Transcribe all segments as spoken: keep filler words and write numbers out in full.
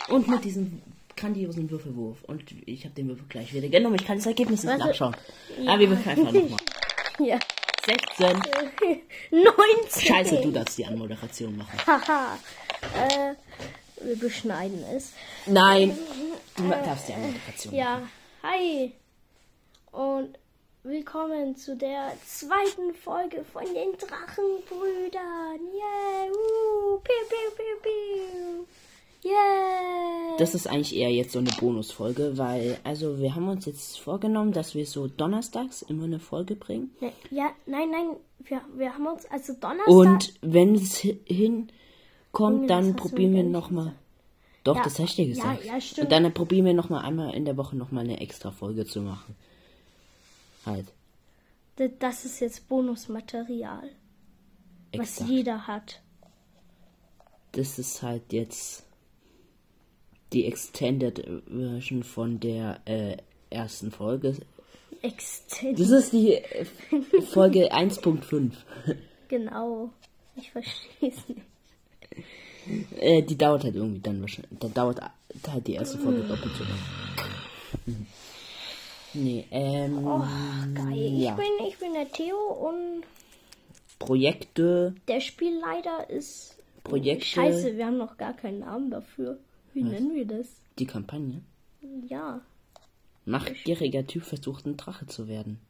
Und mit diesem grandiosen Würfelwurf. Und ich habe den Würfel gleich wieder genommen. Ich kann das Ergebnis nicht nachschauen. Ja. Aber wir würfeln einfach nochmal. Ja. sechzehn. neunzehn. Scheiße, du darfst die Anmoderation machen. Haha. äh, wir beschneiden es. Nein. Du darfst die Anmoderation Ja. machen. Hi. Und willkommen zu der zweiten Folge von den Drachenbrüdern. Yeah. Uh, piu, piu, piu, piu. Yeah. Das ist eigentlich eher jetzt so eine Bonusfolge, weil, also wir haben uns jetzt vorgenommen, dass wir so donnerstags immer eine Folge bringen. Ne, ja, nein, nein, wir, wir haben uns, also Donnerstag... Und wenn es hi- hinkommt, Junge, das dann hast du probieren mir wir gar nicht nochmal... Doch, Ja, das hast du dir ja, gesagt. ja, stimmt. Und dann probieren wir nochmal einmal in der Woche nochmal eine extra Folge zu machen. Halt. D- Das ist jetzt Bonusmaterial, was Exakt. jeder hat. Das ist halt jetzt die Extended Version von der äh, ersten Folge. Extended. Das ist die äh, Folge eins Punkt fünf. Genau. Ich verstehe es nicht. Äh, die dauert halt irgendwie dann wahrscheinlich. Da dauert halt die erste Folge doppelt so lang. Mhm. Nee, ähm. Oh, geil. ja. Ich, bin, ich bin der Theo und Projekte. der Spielleiter ist... Projekte. Scheiße, wir haben noch gar keinen Namen dafür. Wie nennen wir das? Die Kampagne. Ja. Machtgieriger Typ versucht, ein Drache zu werden.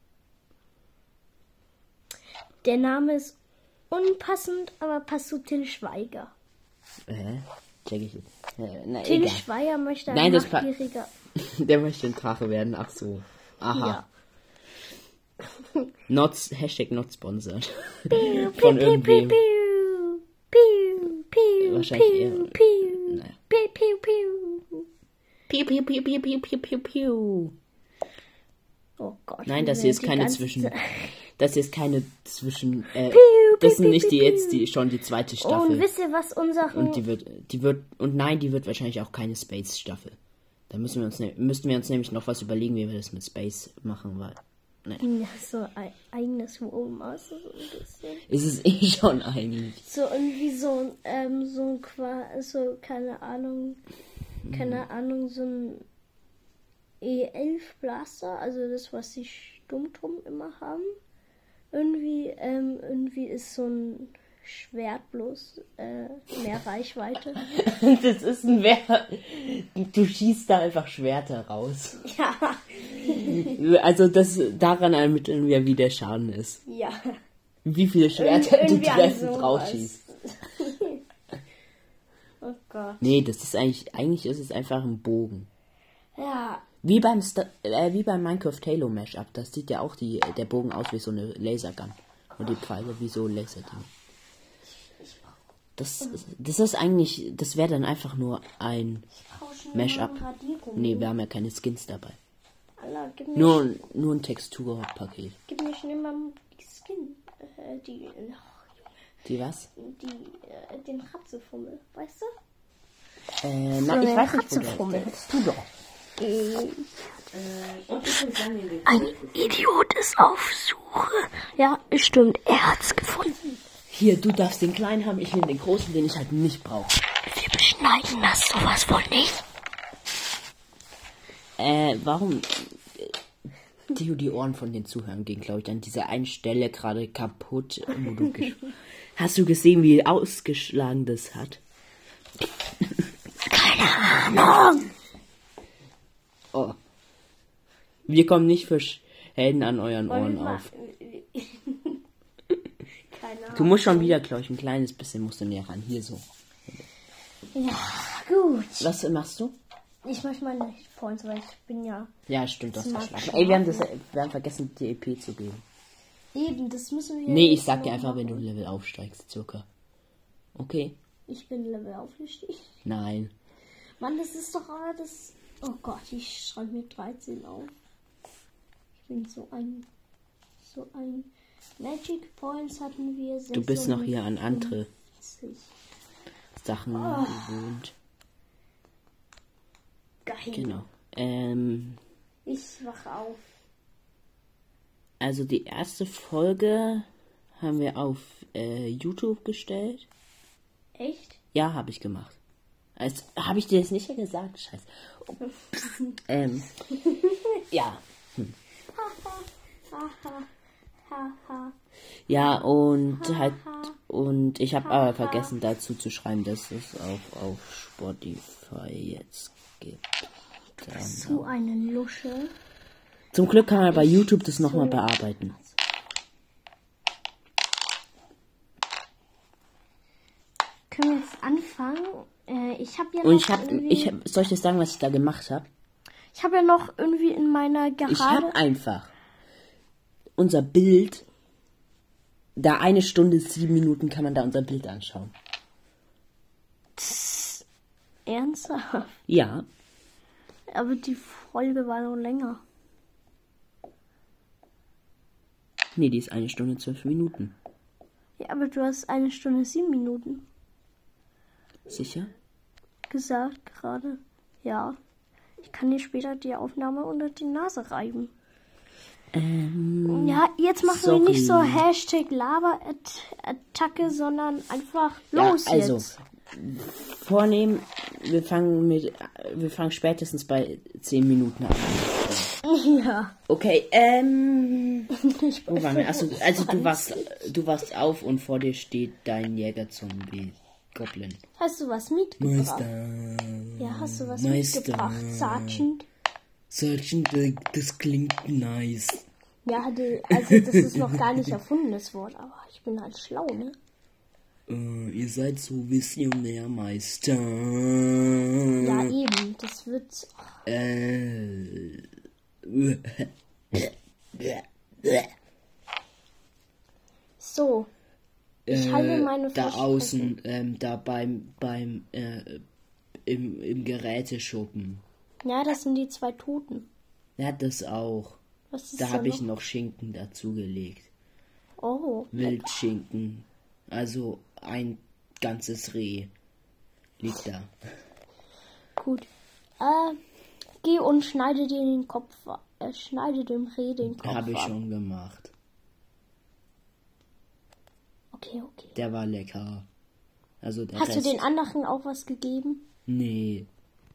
Der Name ist unpassend, aber passt zu Till Schweiger. Äh, check ich jetzt. Äh, na, Till egal. Schweiger möchte ein Nein, das pa- machtgieriger... Der möchte ein Drache werden. Ach so. Aha. Ja. Not, Hashtag not sponsored. Piu, Von piu, irgendwem. piu, piu, piu, Wahrscheinlich piu, eher- piu, Naja. piu, piu, piu. Piu, piu, piu, piu, piu, piu, piu, piu. Oh Gott. Nein, das wir hier ist die keine ganze Zwischen... Zeit- Das hier ist keine Zwischen... Äh, Piu, das piu, sind nicht piu, die piu, jetzt, die schon die zweite Staffel. Und wisst ihr, was unsere... Und die wird, die wird, und nein, die wird wahrscheinlich auch keine Space-Staffel. Da müssen wir uns, ne, müssten wir uns nämlich noch was überlegen, wie wir das mit Space machen, weil, ne, Ja, so ein eigenes Wohnmaß, so ein bisschen. ist es eh schon eigentlich. So irgendwie so ein, ähm, so ein, Qua- so, keine Ahnung, keine Ahnung, so ein E elf Blaster, also das, was die Sturmtruppen immer haben. Irgendwie, ähm, irgendwie ist so ein Schwert bloß äh, mehr Reichweite. Das ist ein Wer. Du schießt da einfach Schwerter raus. Ja, Also das, daran ermitteln wir, wie der Schaden ist. ja. Wie viele Schwerter du Irgendwie an treffen sowas. drauf schießt. Oh Gott. Nee, das ist eigentlich, eigentlich ist es einfach ein Bogen. Ja, Wie beim, Sta- äh, wie beim Minecraft Halo Mashup, das sieht ja auch die, der Bogen aus wie so eine Lasergun. Und die Pfeile wie so Laserdinge. Das, das ist eigentlich, das wäre dann einfach nur ein brauche schon Mashup. mal ein Radiergummi. Nee, wir haben ja keine Skins dabei. Allah, gib mir, Nur, nur ein Texturpaket. gib mir schnell mal die Skin. Äh, die, oh, Die was? die, äh, den Ratzefummel, weißt du? Äh, na, ich den weiß nicht, wo Ratzefummel. der ist. Tu doch. Ein Idiot ist auf Suche. Ja, stimmt, er hat's gefunden. Hier, du darfst den kleinen haben, ich nehme den großen, den ich halt nicht brauche. Wir beschneiden das sowas von nicht. Äh, warum? äh, Theo, die Ohren von den Zuhörern gehen, glaube ich, an dieser einen Stelle gerade kaputt. Wo du gesch- Hast du gesehen, wie ausgeschlagen das hat? Keine Ahnung. Oh. Wir kommen nicht für Helden an euren Wollen Ohren wir mal- auf. Keine Ahnung. Du musst schon wieder, glaube ich, ein kleines bisschen musst du näher ran. Hier so. Ja, gut. Was machst du? Ich möchte mal nicht Points, weil ich bin ja... Ja, stimmt, du hast Das mag verschlafen. ich Ey, wir haben, das, wir haben vergessen, die E P zu geben. Eben, das müssen wir... Nee, ich jetzt sag dir noch einfach, wenn du machen. ein Level aufsteigst, circa. Okay? Ich bin Level aufgestiegen. Nein. Mann, das ist doch alles... Oh Gott, ich schreibe mir dreizehn auf. Ich bin so ein... So ein... Magic Points hatten wir... Du bist noch hier an andere sechshundertfünfzig. Sachen Oh. gewohnt. Geil. Genau. Ähm, Ich wache auf. also die erste Folge haben wir auf äh, YouTube gestellt. Echt? Ja, habe ich gemacht. Also, habe ich dir das nicht gesagt? Scheiße. Oh, ähm, ja. Hm. Ja, und halt, und ich habe aber vergessen dazu zu schreiben, dass es auch auf Spotify jetzt gibt. Dann So eine Lusche. Zum Glück kann man bei YouTube das nochmal bearbeiten. Können wir jetzt anfangen? Äh, ich habe ja noch Und ich habe, irgendwie- ich hab, soll ich jetzt sagen, was ich da gemacht habe? Ich habe ja noch irgendwie in meiner Garage... Ich habe einfach unser Bild, da eine Stunde, sieben Minuten kann man da unser Bild anschauen. Ernsthaft? Ja, Aber die Folge war noch länger. nee, die ist eine Stunde, zwölf Minuten. Ja, aber du hast eine Stunde sieben Minuten Sicher? gesagt gerade. Ja. Ich kann dir später die Aufnahme unter die Nase reiben. Ähm, Ja, jetzt machen sorry. wir nicht so Hashtag Laber-Attacke, sondern einfach los ja, also, jetzt. vornehmen, wir fangen mit, wir fangen spätestens bei zehn Minuten an. Ja. Okay, ähm, Ich wo waren wir? Achso, also du wachst, du wachst auf und vor dir steht dein Jägerzombie, Goblin. Hast du was mitgebracht? Ja, hast du was Meister. mitgebracht, Sergeant? Sergeant, das klingt nice. Ja, die, also das ist noch gar nicht erfundenes Wort, aber ich bin halt schlau, ne? Uh, ihr seid so visionär, Meister. Ja, eben, das wird... Äh. So, ich halte meine Da Versprechen. außen, ähm, da beim, beim, äh, im, im Geräteschuppen. Ja, das sind die zwei Toten. Ja, das auch. Was ist Da da habe ich noch? noch Schinken dazugelegt. Oh, Wildschinken. Also ein ganzes Reh liegt da. gut. Äh, geh und schneide dir den Kopf ab. Äh, schneide dem Reh den Kopf Habe ich ab. schon gemacht. Okay, okay. Der war lecker. Also der Hast Rest, du den anderen auch was gegeben? Nee.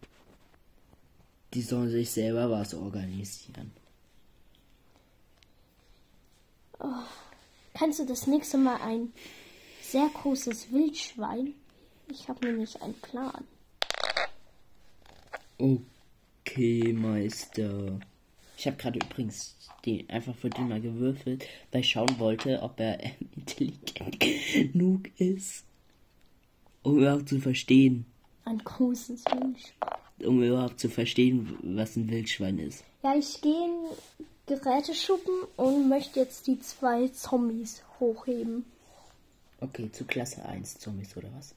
Die sollen sich selber was organisieren. Kannst du das nächste Mal ein sehr großes Wildschwein? Ich habe nämlich einen Plan. Okay, Meister. Ich habe gerade übrigens den, einfach für den mal gewürfelt, weil ich schauen wollte, ob er ähm, intelligent genug ist, um überhaupt zu verstehen. Ein großes Wildschwein. Um überhaupt zu verstehen, was ein Wildschwein ist. Ja, ich gehe in Geräteschuppen und möchte jetzt die zwei Zombies hochheben. Okay, zu Klasse eins Zombies oder was?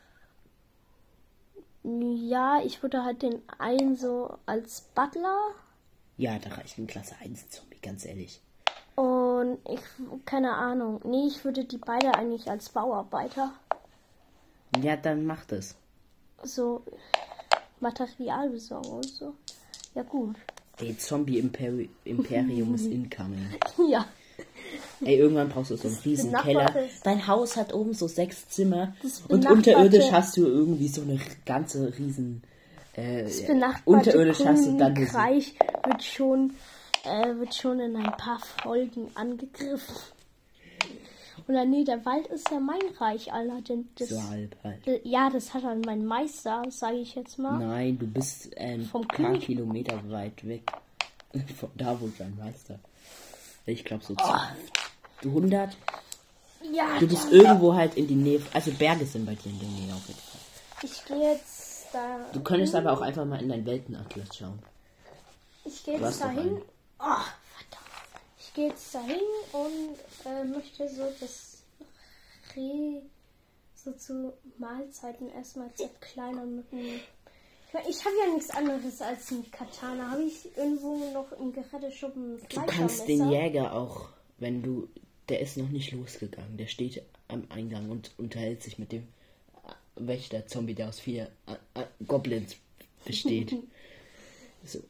Ja, ich würde halt den einen so als Butler Ja, da reicht ein Klasse eins Zombie, ganz ehrlich. und ich, keine Ahnung. Nee, ich würde die beide eigentlich als Bauarbeiter, Ja, dann mach das. so Material besorgen und so. Ja, gut. Ey, Zombie-Imperium ist incoming. Ja. Ey, irgendwann brauchst du so einen riesen Keller. benachbarte- Dein Haus hat oben so sechs Zimmer. Das Und benachbarte- unterirdisch hast du irgendwie so eine ganze riesen... Äh, Das ja, benachbarte unterirdisch hast du dann... diese- Königreich wird schon, äh, wird schon in ein paar Folgen angegriffen. Oder nee, der Wald ist ja mein Reich, Alter. Denn das, So halb halt. äh, ja, das hat dann mein Meister, sage ich jetzt mal. Nein, du bist äh, ein Vom paar König. Kilometer weit weg. Von da, wo dein Meister. Ich glaube so Oh. hundert. Ja, Du bist ja. irgendwo halt in die Nähe... Also Berge sind bei dir in der Nähe auf jeden Fall. Ich gehe jetzt da. Du könntest aber auch einfach mal in deinen Weltenatlas schauen. Ich gehe Du hast jetzt doch dahin. einen. Oh, verdammt. Ich gehe jetzt dahin und äh, möchte so das Reh so zu Mahlzeiten erstmal zerkleinern mit einem. Ich habe ja nichts anderes als ein Katana. Habe ich irgendwo noch im Geräteschuppen ein Du kannst Fleischermesser? den Jäger auch, wenn du... Der ist noch nicht losgegangen. Der steht am Eingang und unterhält sich mit dem Wächter-Zombie, der aus vier äh, äh, Goblins besteht. So.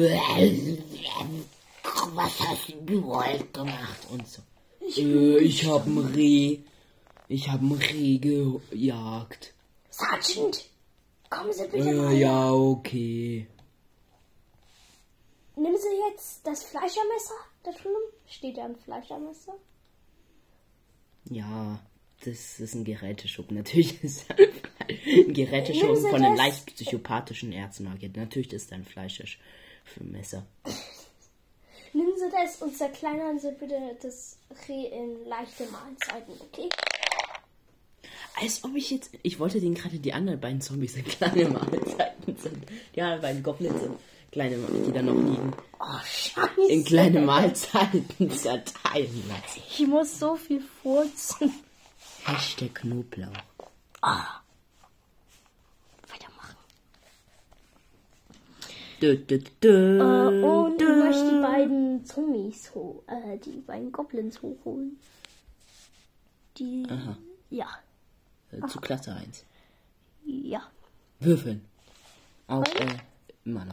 Was hast du heute gemacht? Und so. Ich, äh, ich hab ein Reh. Ich hab ein Reh gejagt. Sergeant! Kommen Sie bitte Äh, mal. ja, okay. Nehmen Sie jetzt das Fleischermesser da drüben. Steht da ein Fleischermesser? Ja, das ist ein Geräteschuppen. Natürlich ist das ein Geräteschuppen Nehmen Sie von einem das- leicht psychopathischen Erzmagier. Natürlich ist das ein Fleischmesser. Nehmen Sie das und zerkleinern Sie bitte das Reh in leichte Mahlzeiten, okay? Als ob ich jetzt... Ich wollte denen gerade die anderen beiden Zombies in kleine Mahlzeiten sind. Die anderen beiden Goblins sind kleine Mahlzeiten, die da noch liegen. Oh, scheiße. In kleine Mahlzeiten zerteilen lassen. Ich muss so viel furzen. Hashtag Knoblauch. Weitermachen. Dö, dö, dö, Äh, und ich dö. möchte die beiden Zombies hoch, äh, die beiden Goblins hochholen. Die, Aha. ja, Äh, Zu Klasse eins. ja. Würfeln. Auf äh, Mana.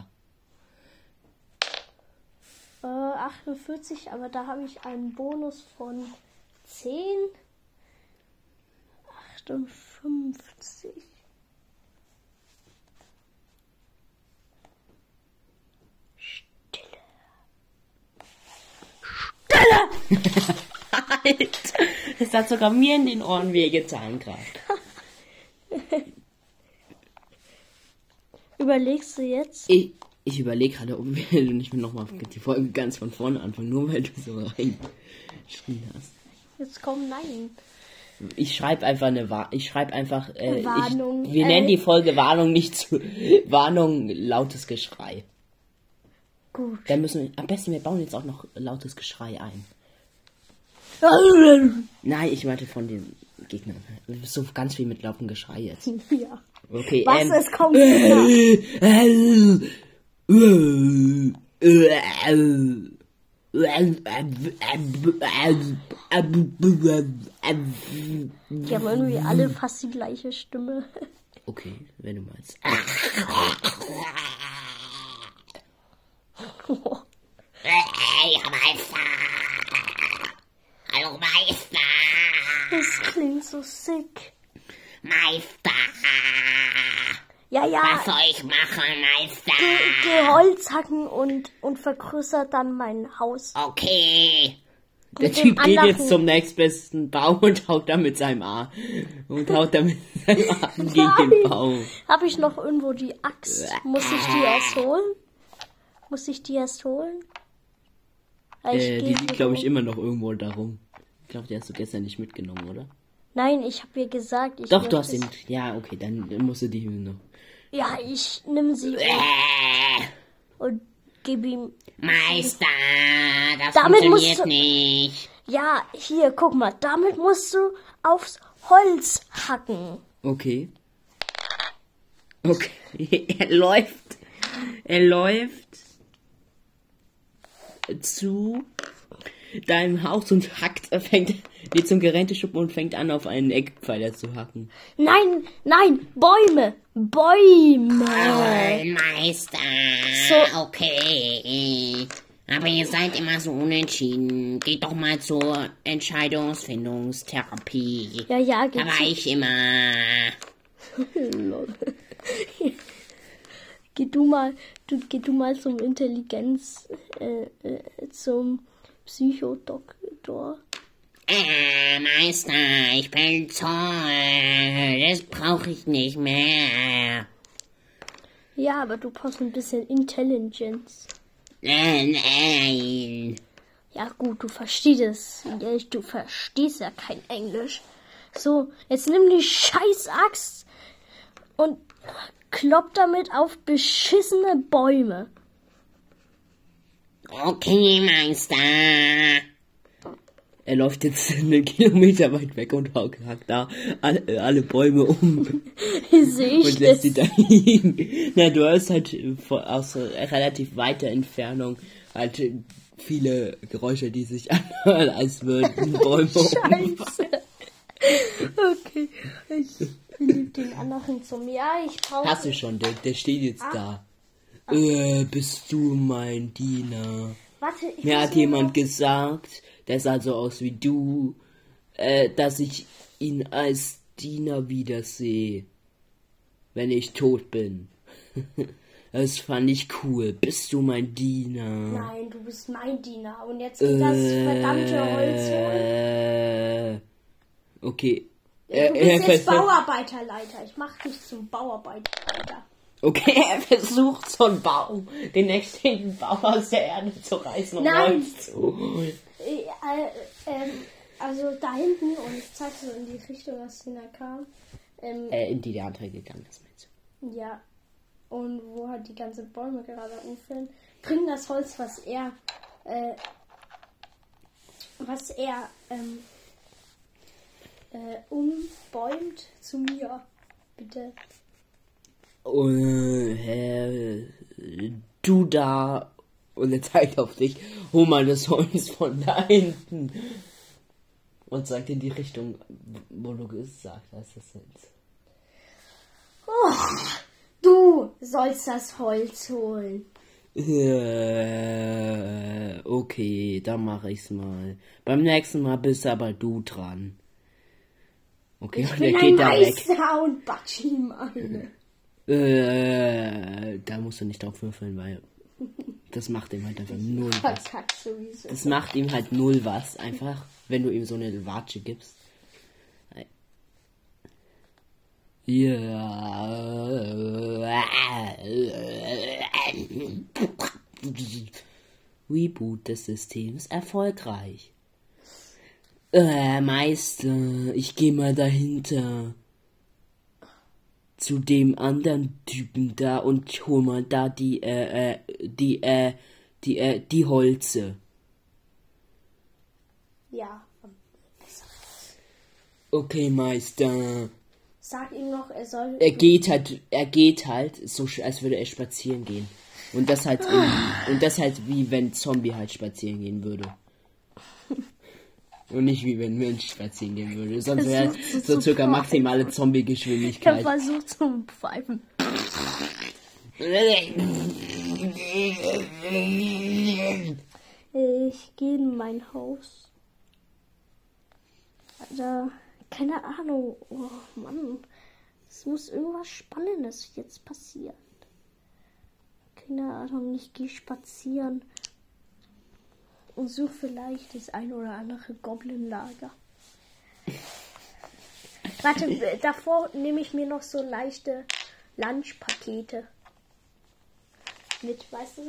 Äh, achtundvierzig, aber da habe ich einen Bonus von zehn. achtundfünfzig. Stille. Alter, das hat sogar mir in den Ohren wehgetan gerade. Überlegst du jetzt? Ich, ich überlege gerade, ob wir nicht mehr nochmal die Folge ganz von vorne anfangen, nur weil du so reingeschrien hast. Jetzt komm, nein. Ich schreibe einfach eine Wa ich schreibe einfach äh, Warnung, Ich, wir äh, nennen die Folge Warnung nicht zu Warnung lautes Geschrei. Gut. Dann müssen wir, am besten wir bauen jetzt auch noch lautes Geschrei ein. Nein, ich meinte von den Gegnern. So ganz viel mit lautem Geschrei jetzt. Ja. Okay, Was, ähm, es kommt wieder. Die haben irgendwie alle fast die gleiche Stimme. Okay, wenn du meinst. Hey, Meister! Hallo, Meister! Das klingt so sick. Meister! Ja, ja. Was soll ich machen, Meister? Geh Holz hacken und, und vergrößert dann mein Haus. Okay. Der Mit dem Typ geht anderen- jetzt zum nächstbesten Baum und haut da mit seinem Arm. Und haut da mit seinem Arm gegen den Baum. Habe ich noch irgendwo die Axt? Muss ich die erst holen? Muss ich die erst holen? Ja, ich Äh, geh die liegt, hier glaube ich, hoch. immer noch irgendwo darum. Ich glaube, die hast du gestern nicht mitgenommen, oder? Nein, ich habe ihr gesagt, ich Doch, werd du hast es- den. Ja, okay, dann musst du die noch. Ja, ich nehme sie und, Äh, und gebe ihm. Meister, das Damit musst funktioniert du- nicht. Ja, hier, guck mal, damit musst du aufs Holz hacken. Okay. Okay, er läuft. Er läuft zu deinem Haus und hackt, er fängt, geht zum Geräteschuppen und fängt an, auf einen Eckpfeiler zu hacken. Nein, nein, Bäume, Bäume. Jawohl, Meister. So. Okay. Aber ihr seid immer so unentschieden. Geht doch mal zur Entscheidungsfindungstherapie. Ja, ja, Da geht war ich immer. Lol. Geh du mal, du, geh du mal zum Intelligenz, äh, äh, zum Psychodoktor. Äh, Meister, ich bin toll. Das brauche ich nicht mehr. Ja, aber du brauchst ein bisschen Intelligence. Nein, nein. Ja gut, du verstehst es. Ja, du verstehst ja kein Englisch. So, jetzt nimm die scheiß Axt und klopp damit auf beschissene Bäume. Okay, Meister. Er läuft jetzt einen Kilometer weit weg und hackt da alle, alle Bäume um Sehe und ich lässt sie das? da liegen. Na, du hörst halt vor- aus relativ weiter Entfernung halt viele Geräusche, die sich anhören, als würden Bäume umfallen. Scheiße. Okay, ich will den anderen zum... Ja, ich brauche... Hast du schon, der, der steht jetzt da. Äh, bist du mein Diener? Warte, ich Mir muss hat nur jemand noch- gesagt, der sah so aus wie du, äh, dass ich ihn als Diener wiedersehe. wenn ich tot bin. Das fand ich cool. Bist du mein Diener? Nein, du bist mein Diener. Und jetzt geht das verdammte Holz holen. Äh, okay. Du Er- bist er jetzt versucht- Bauarbeiterleiter. Ich mach dich zum Bauarbeiterleiter. Okay, er versucht so einen Baum, den nächsten Baum aus der Erde zu reißen und Nein. Holz zu holen. Äh, äh, ähm, also da hinten, und ich zeig so in die Richtung, aus der er kam. Ähm, Äh, in die der andere gegangen ist, meinst du? Ja. Und wo halt die ganzen Bäume gerade umfallen, bring das Holz, was er, äh, was er, ähm, äh, umbäumt, zu mir. Bitte. Und, äh, du da, und er zeigt auf dich, hol mal das Holz von da hinten. Und sagt in die Richtung, wo du gesagt hast, das Holz. Oh, du sollst das Holz holen. Äh, okay, dann mache ich's mal. Beim nächsten Mal bist aber du dran. Okay, Ich und bin er ein geht da weg. Meister und batsch ihm eine. Äh, da musst du nicht drauf würfeln, weil das macht ihm halt einfach null was. Verkackt sowieso. Das macht ihm halt null was, einfach, wenn du ihm so eine Watsche gibst. Ja. Reboot des Systems erfolgreich. Äh, Meister, ich geh mal dahinter. Zu dem anderen Typen da und hol mal da die, äh, äh, die, äh, die, äh, die Holze. Ja. Okay, Meister. Sag ihm noch, er soll... Er geht halt, er geht halt, so sch- als würde er spazieren gehen. Und das halt, in, und das halt wie wenn Zombie halt spazieren gehen würde. Und nicht wie wenn ein Mensch spazieren gehen würde. Sonst wäre Versucht so so zu circa pfeifen. maximale Er Zombie-Geschwindigkeit. versucht zu pfeifen. Ich gehe in mein Haus. Alter, keine Ahnung. Oh Mann. Es muss irgendwas Spannendes jetzt passieren. Keine Ahnung, ich gehe spazieren. Und suche vielleicht das ein oder andere Goblin-Lager. Warte, äh, davor nehme ich mir noch so leichte Lunchpakete mit, weißt du?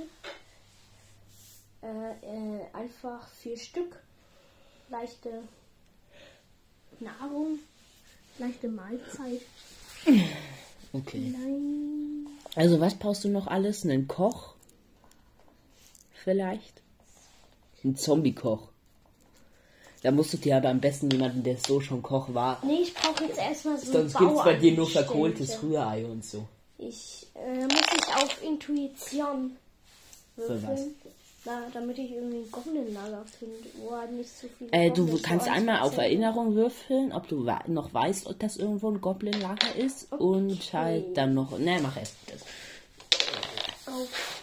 Äh, äh, einfach vier Stück. Leichte Nahrung, leichte Mahlzeit. Okay. Nein. Also was brauchst du noch alles? Einen Koch? Vielleicht? Ein Zombie-Koch. Da musst du dir aber am besten jemanden, der so schon Koch war. Nee, ich brauche jetzt erstmal so Sonst einen gibt's bei dir nur Bauangestellte. verkohltes Rührei und so. Ich äh, muss ich auf Intuition würfeln. was? Na, damit ich irgendwie ein Goblin-Lager finde, wo halt nicht so viel. Äh, du Goblins kannst so einmal auf Prozent. Erinnerung würfeln, ob du wa- noch weißt, ob das irgendwo ein Goblin-Lager ist. Und halt dann noch... Ne, mach erst das. Auf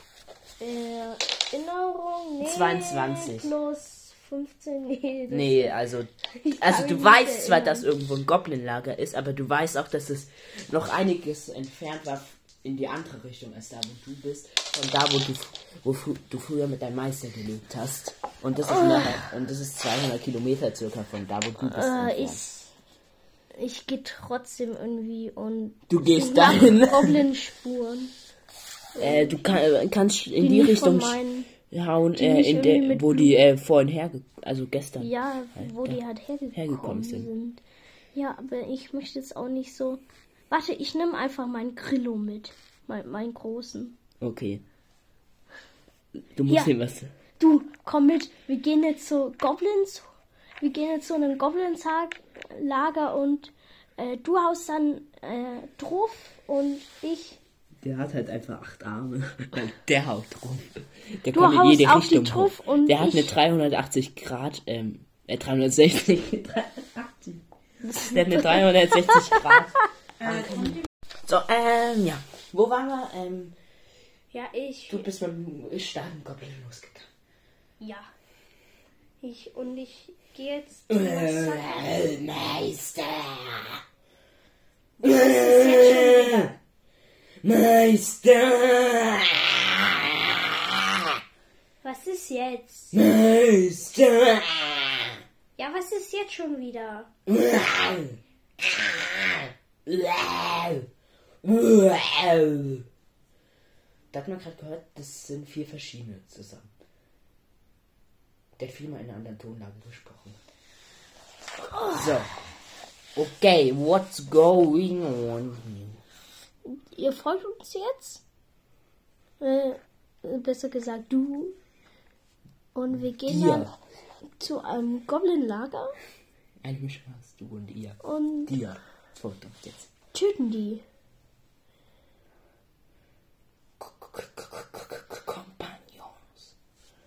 Erinnerung, nee, zweiundzwanzig. plus fünfzehn, nee. das- Nee, also... Ich Also kann du mich weißt nicht zwar, erinnern. dass irgendwo ein Goblin-Lager ist, aber du weißt auch, dass es noch einiges entfernt war in die andere Richtung als da, wo du bist. Von da, wo du, wo fr- du früher mit deinem Meister gelebt hast. Und das ist, nachher, und das ist zweihundert Kilometer circa von da, wo du bist. Äh, entfernt. ich ich gehe trotzdem irgendwie und Du gehst nach dahin. Goblin-Spuren. Äh, du kann, äh, kannst in Die die nicht Richtung von meinen- hauen, die äh, nicht in irgendwie der, mit wo die äh, vorhin herge also gestern. Ja, wo da die halt hergekommen, hergekommen sind. sind. Ja, aber ich möchte jetzt auch nicht so. Warte, ich nehme einfach meinen Grillo mit. Mein, meinen großen. Okay. Du musst Ja. ihm was. Du, komm mit. Wir gehen jetzt zu Goblins. Wir gehen jetzt zu einem Goblins-Lager und äh, du haust dann äh, drauf und ich. Der hat halt einfach acht Arme. Der haut rum. Der Du kommt in haust jede auf die Richtung Truff hoch. und Der hat ich- eine dreihundertachtzig Grad, ähm, äh, dreihundertsechzig. dreihundertachtzig. Der hat eine dreihundertsechzig Grad. So, ähm, ja. Wo waren wir? Ähm, Ja, ich. du bist mit dem starken Goblin losgegangen. Ja. Ich und ich gehe jetzt. Äh, Meister. Das ist jetzt schon wieder. Meister! Was ist jetzt? Meister! Ja, was ist jetzt schon wieder? Da hat man gerade gehört, das sind vier verschiedene zusammen. Der hat viermal in einer anderen Tonlage gesprochen. So. Okay, what's going on here? Ihr folgt uns jetzt? Äh, besser gesagt, du. Und wir gehen Dir. dann zu einem Goblin-Lager Ein Mischung hast du und ihr. und Dir. Folgt uns jetzt. töten die. Kompagnons.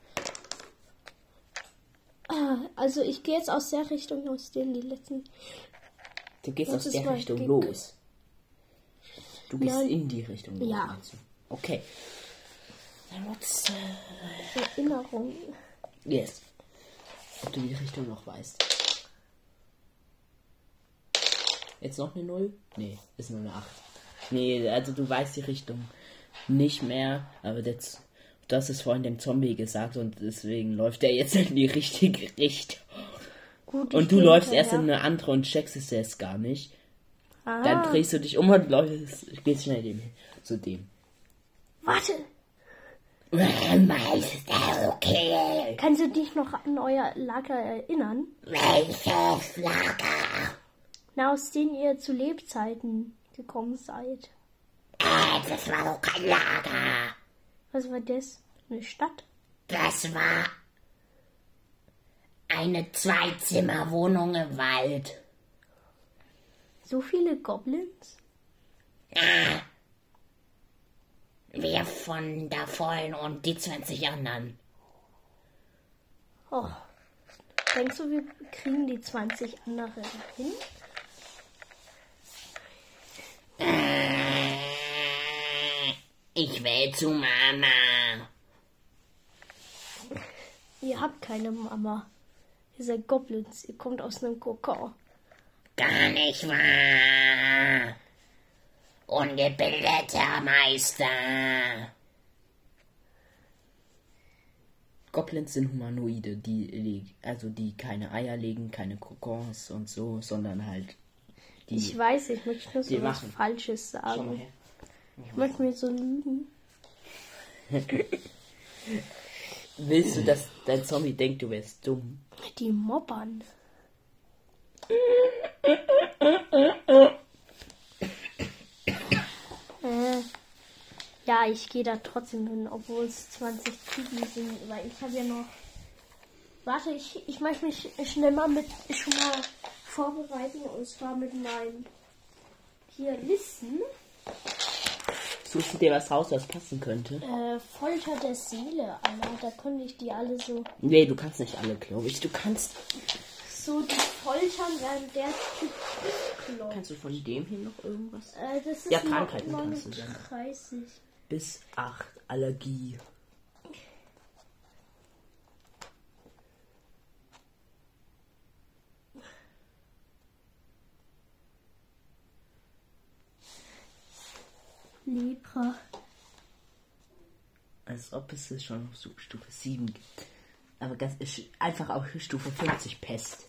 Ah, also ich gehe jetzt aus der Richtung, aus denen die letzten... Du gehst Das aus ist der mal Richtung dick. los. Du gehst Nein. in die Richtung los. Ja. meinst du? Okay. Dann what's, äh, Erinnerung. yes. Ob du die Richtung noch weißt. Jetzt noch eine Null? Nee, ist nur eine acht. Nee, also du weißt die Richtung nicht mehr, aber jetzt, du hast es vorhin dem Zombie gesagt und deswegen läuft er jetzt in die richtige Richtung. Gut, ich Und du gehe läufst erst in hinterher. eine andere und checkst es erst gar nicht. Ah, Dann drehst du dich um und läufst, gehst schnell dem, zu dem. warte, Meister, okay. kannst du dich noch an euer Lager erinnern? Welches Lager? Na, aus denen ihr zu Lebzeiten gekommen seid. Äh, das war doch kein Lager. Was war das? Eine Stadt? Das war eine Zwei-Zimmer-Wohnung im Wald. So viele Goblins? Ja. Wir von da vorhin und die zwanzig anderen. Oh. Denkst du, wir kriegen die zwanzig anderen hin? Ich will zu Mama. Ihr habt keine Mama. Ihr seid Goblins. Ihr kommt aus einem Kokon. Gar nicht wahr. Ungebildeter Meister. Goblins sind Humanoide, die leg- also die keine Eier legen, keine Kokons und so, sondern halt die. Ich weiß, ich möchte nur die so was machen. Falsches Schau mal sagen. her. Ich möchte mir so lügen. Willst du, dass dein Zombie denkt, du wärst dumm? Die mobbern. äh, ja, ich gehe da trotzdem hin, obwohl es zwanzig Kugeln sind, weil ich habe ja noch... Warte, ich, ich möchte mich schnell mal mit schon mal vorbereiten, und zwar mit meinen hier Listen. Suchst du dir was raus, was passen könnte? Äh, Folter der Seele, Alter, da konnte ich die alle so... Nee, du kannst nicht alle, glaube ich. Du kannst. So die foltern, während der Typ klopft. Kannst du von dem hier noch irgendwas? Äh, das ist Ja, Krankheiten neun- kannst du sagen. neununddreißig. Bis acht. Allergie. Lepra. Als ob es es schon auf Stufe sieben gibt. Aber das ist einfach auch Stufe fünfzig Pest.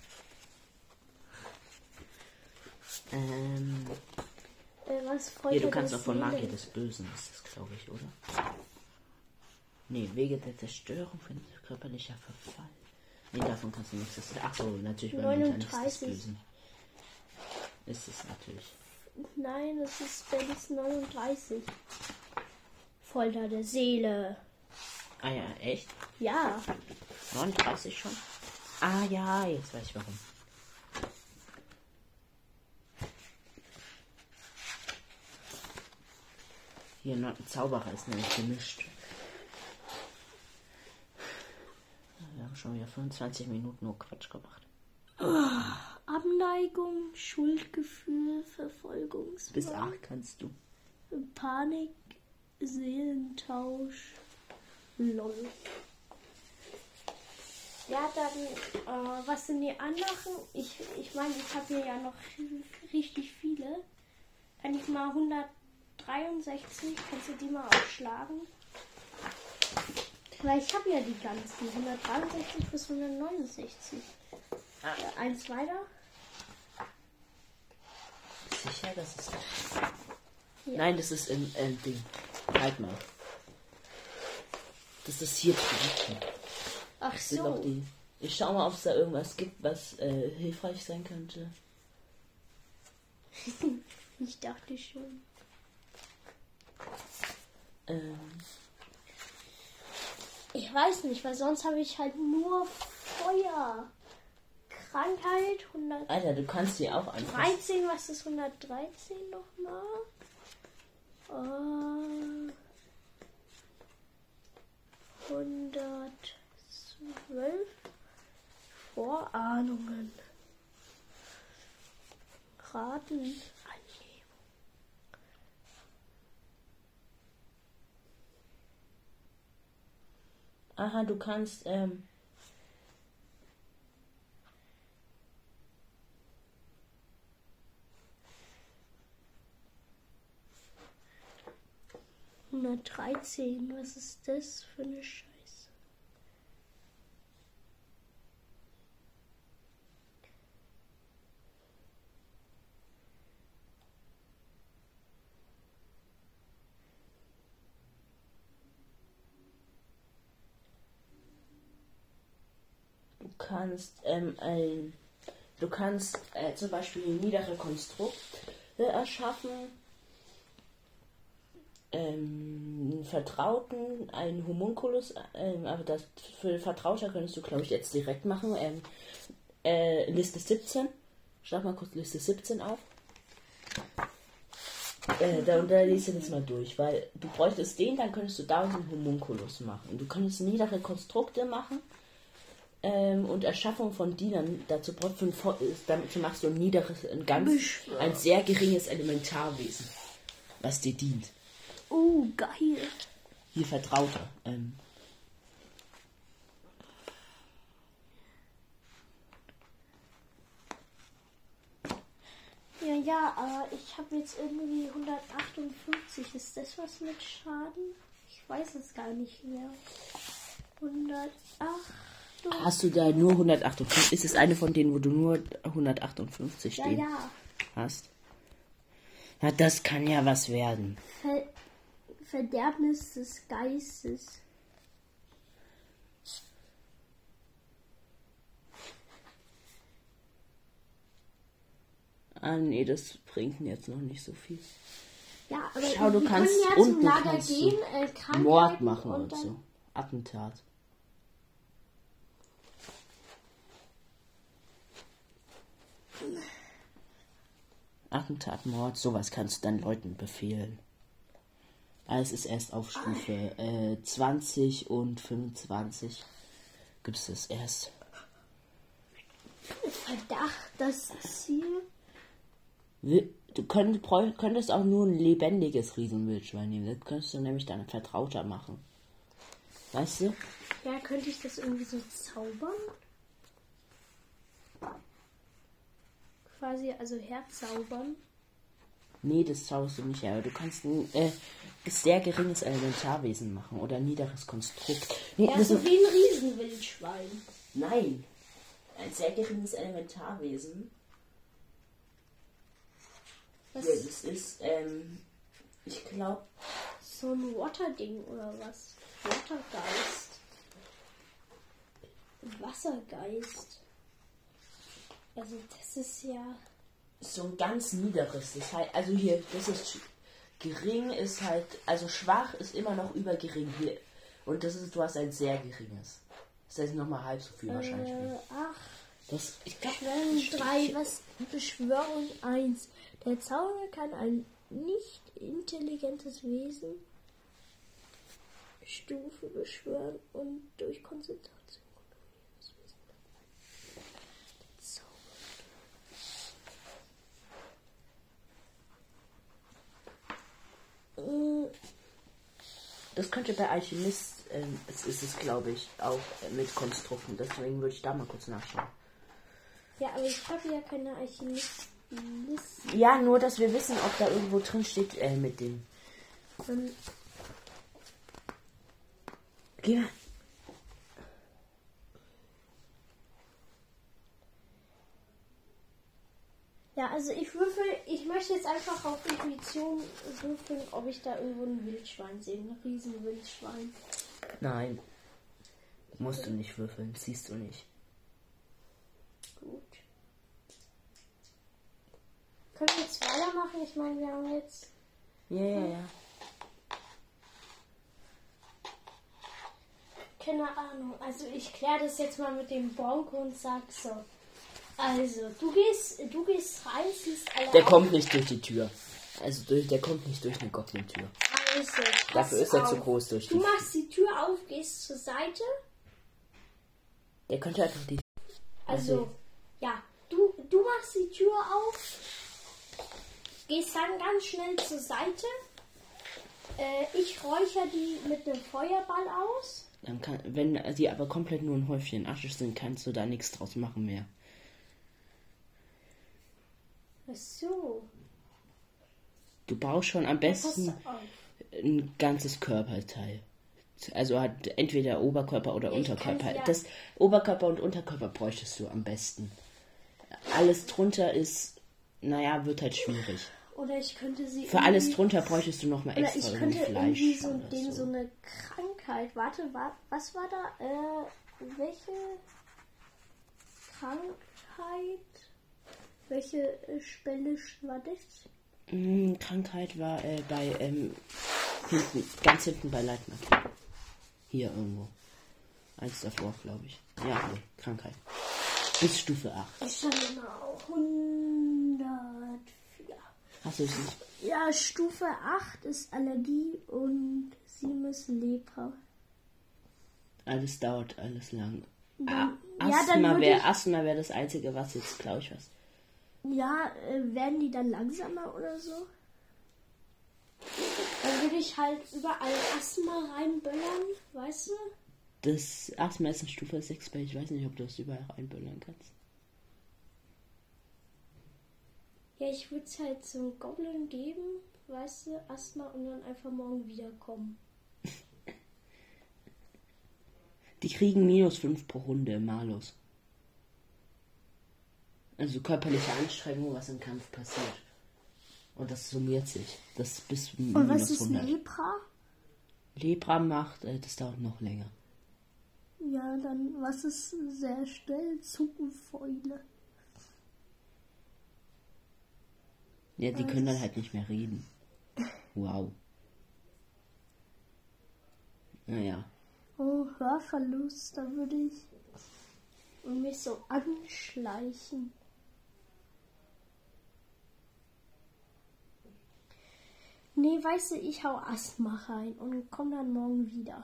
Ähm, Äh, was Folter hier, du kannst der auch von Seele? Magier des Bösen, ist das, glaube ich, oder? Nee, Wege der Zerstörung, findet körperlicher Verfall. Nee, davon kannst du nichts. Ach so, natürlich bei Mechanismus des neununddreißig. Bösen. Ist es natürlich. Nein, das ist Dennis neununddreißig. Folter der Seele. Ah ja, echt? Ja. neununddreißig schon? Ah ja, jetzt weiß ich warum. Hier, noch ein Zauberer ist nämlich gemischt. Wir haben schon wieder fünfundzwanzig Minuten nur Quatsch gemacht. Abneigung, Schuldgefühl, Verfolgungswahn, Bis acht kannst du. Panik, Seelentausch, lol. Ja, dann, äh, was sind die anderen? Ich ich meine, ich habe hier ja noch richtig viele. Wenn ich mal hundertdreiundsechzig, kannst du die mal aufschlagen? Weil ich habe ja die ganzen. hundertdreiundsechzig bis hundertneunundsechzig. Ah. Äh, eins weiter. Sicher, das ist... Ja. Nein, das ist im äh, Ding. Halt mal. Das ist hier drin. Ach Das sind noch so. die. Ich schau mal, ob es da irgendwas gibt, was äh, hilfreich sein könnte. Ich dachte schon. Ähm, Ich weiß nicht, weil sonst habe ich halt nur Feuer. Krankheit, hundertdreizehn, Alter, du kannst die auch einfach. was ist hundertdreizehn nochmal? Äh, hundertzwölf Vorahnungen. Raten. Aha, du kannst, ähm. hundertdreizehn, was ist das für eine Scheiße? Du kannst, ähm, ein. Du kannst äh, zum Beispiel niedere Konstrukte erschaffen. Ähm, einen Vertrauten, einen Homunculus, ähm, aber das für Vertrauter könntest du, glaube ich, jetzt direkt machen. Ähm, äh, Liste siebzehn. Schlag mal kurz Liste siebzehn auf. Äh, da, da liest du das mal durch, weil du bräuchtest den, dann könntest du da einen Homunculus machen. Du könntest niedere Konstrukte machen ähm, und Erschaffung von Dienern. Dazu brauchst du ein, damit machst du ein niederes, ein ganz, ein sehr geringes Elementarwesen, was dir dient. Oh, geil. Hier Vertrauter. Ähm. Ja, ja, aber ich habe jetzt irgendwie hundertachtundfünfzig. Ist das was mit Schaden? Ich weiß es gar nicht mehr. hundertacht. Hast du da nur hundertachtundfünfzig? Ist es eine von denen, wo du nur hundertachtundfünfzig Ja, stehen ja. hast? Ja, das kann ja was werden. Ver Verderbnis des Geistes. Ah, nee, das bringt mir jetzt noch nicht so viel. Ja, aber Schau, du wir kannst können ja zum unten Lager kannst du gehen, äh, Krankheiten Mord machen und und dann so. Attentat. Attentat, Mord, sowas kannst du dann Leuten befehlen. Alles ist erst auf Stufe äh, zwanzig und fünfundzwanzig. Gibt es das erst. Verdacht, das Ziel. Du könnt, könntest auch nur ein lebendiges Riesenwildschwein nehmen. Das könntest du nämlich dann Vertrauter machen. Weißt du? Ja, könnte ich das irgendwie so zaubern? Quasi, also herzaubern. Nee, das zauberst du nicht, aber du kannst ein äh, sehr geringes Elementarwesen machen oder ein niederes Konstrukt. Nee, Ja, das so ist- wie ein Riesenwildschwein. Nein, ein sehr geringes Elementarwesen. Was? Ja, das ist, ähm, ich glaube, So ein Watterding oder was? Watergeist. Wassergeist. Also das ist ja... so ein ganz niederes. Das heißt, also hier, das ist sch- gering, ist halt, also schwach ist immer noch über gering hier. Und das ist, du hast ein sehr geringes. Das heißt nochmal halb so viel wahrscheinlich. Äh, ach, Das, ich glaube, Schwellen drei, was? Beschwörung eins. Der Zauberer kann ein nicht intelligentes Wesen Stufe beschwören und durch Konzentration kontrolliertes Wesen. Zauber. Äh, das könnte bei Alchemist, ähm, es ist es glaube ich, auch äh, mit Konstrukten. Deswegen würde ich da mal kurz nachschauen. Ja, aber ich habe ja keine Alchemisten. Ja, nur, dass wir wissen, ob da irgendwo drin steht äh, mit dem Dann Geh mal. ja, also ich würfel, ich möchte jetzt einfach auf Intuition würfeln, ob ich da irgendwo ein Wildschwein sehe, ein Riesenwildschwein. Nein. Musst du nicht würfeln, siehst du nicht. Gut. Können wir jetzt weitermachen? Ich meine, wir haben jetzt... Ja, ja, ja. Keine Ahnung. Also ich kläre das jetzt mal mit dem Bronco und sag so. Also, du gehst, du gehst rein, siehst alle Der auf. kommt nicht durch die Tür. Also durch, der kommt nicht durch eine Goblin-Tür. Also, pass Dafür ist er auf. zu groß durch die Du machst die Tür auf, gehst zur Seite. Der könnte einfach die... Also, ja, du, du machst die Tür auf, gehst dann ganz schnell zur Seite. Äh, ich räuchere die mit einem Feuerball aus. Dann kann, wenn die aber komplett nur ein Häufchen Asche sind, kannst du da nichts draus machen mehr. Ach so. Du brauchst schon am besten Pass auf. ein ganzes Körperteil. Also hat entweder Oberkörper oder Ja, ich Unterkörper. kann's ja- Das Oberkörper und Unterkörper bräuchtest du am besten. Alles drunter ist, naja, wird halt schwierig. Oder ich könnte sie. Für alles irgendwie- drunter bräuchtest du nochmal Oder extra ich irgendwie könnte Fleisch. irgendwie so, oder den so eine Krankheit. Warte, wa was war da? Äh, welche Krankheit? Welche äh, Spelle war das? Mm, Krankheit war äh, bei, ähm, hinten, ganz hinten bei Leitmark. Hier irgendwo. Eins davor, glaube ich. Ja, nee, Krankheit. Bis Stufe acht. Ich stand immer auch hundertvier. Hast du es nicht? Ja, Stufe acht ist Allergie und sieben ist Lepra. Alles dauert alles lang. Dann- Ah, ja, dann Asthma würde wäre ich- Asthma wär das Einzige, was jetzt, glaube ich, was. Ja, äh, werden die dann langsamer oder so? Dann würde ich halt überall Asthma reinböllern, weißt du? Das Asthma ist in Stufe sechs, weil ich weiß nicht, ob du das überall reinböllern kannst. Ja, ich würde es halt so einem Goblin geben, weißt du, Asthma und dann einfach morgen wiederkommen. Die kriegen minus fünf pro Runde im Malus. Also körperliche Anstrengung, was im Kampf passiert. Und das summiert sich. Das ist bis Und minus was ist hundert. Lepra? Lepra macht, äh, das dauert noch länger. Ja, dann was ist sehr schnell? Zungenfäule. Ja, die können dann halt nicht mehr reden. Wow. Naja. Oh, Hörverlust, da würde ich mich so anschleichen. Nee, weißt du, ich hau Asthma rein und komm dann morgen wieder.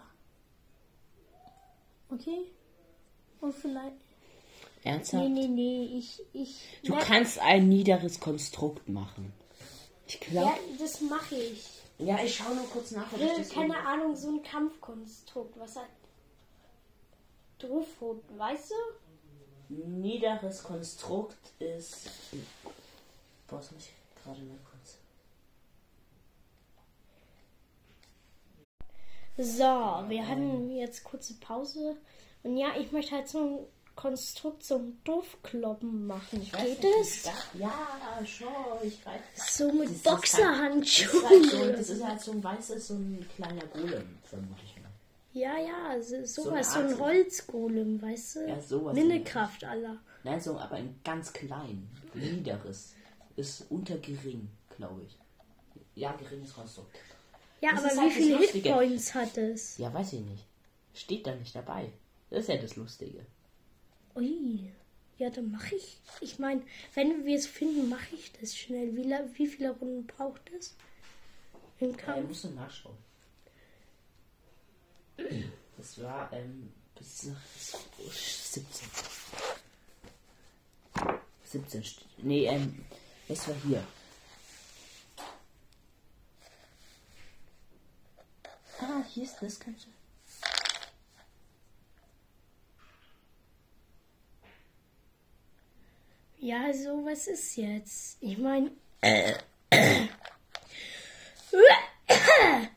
Okay? Und vielleicht... Ernsthaft? Nee, nee, nee, ich... ich Du werd- kannst ein niederes Konstrukt machen. Ich Ja, glaube. das mache ich. Ja, ich schaue nur kurz nach, ob Äh, keine Ahnung, so ein Kampfkonstrukt, was halt drauf, weißt du? Niederes Konstrukt ist. Boah, das muss ich gerade mal kurz. So, wir hatten jetzt kurze Pause. Und ja, ich möchte halt so ein Konstrukt zum Doofkloppen machen. Geht das? Ja, schon. Ich weiß. So mit Das ist halt- Boxerhandschuhen. Das ist, halt so, oder das so. ist halt so ein weißes, so ein kleiner Golem, vermute ich mal. Ja, ja, so, So sowas, so, eine ein Art- Holzgolem, weißt du? Ja, sowas. Minnekraft aller. Nein, so, aber ein ganz klein, niederes. Ist unter gering, glaube ich. Ja, geringes Konstrukt. Ja, Das aber ist wie halt das viele Lustige. Hitpoints hat es? Ja, weiß ich nicht. Steht da nicht dabei. Das ist ja das Lustige. Ui, ja, dann mache ich. Ich meine, wenn wir es finden, mache ich das schnell. Wie, la- wie viele Runden braucht es? Im Ja, Kampf? musst du nachschauen. Das war ähm, bis nach siebzehn. siebzehn. st- Nee, ähm, es war hier. Ah, hier ist das Ganze. Ja, also was ist jetzt? Ich meine,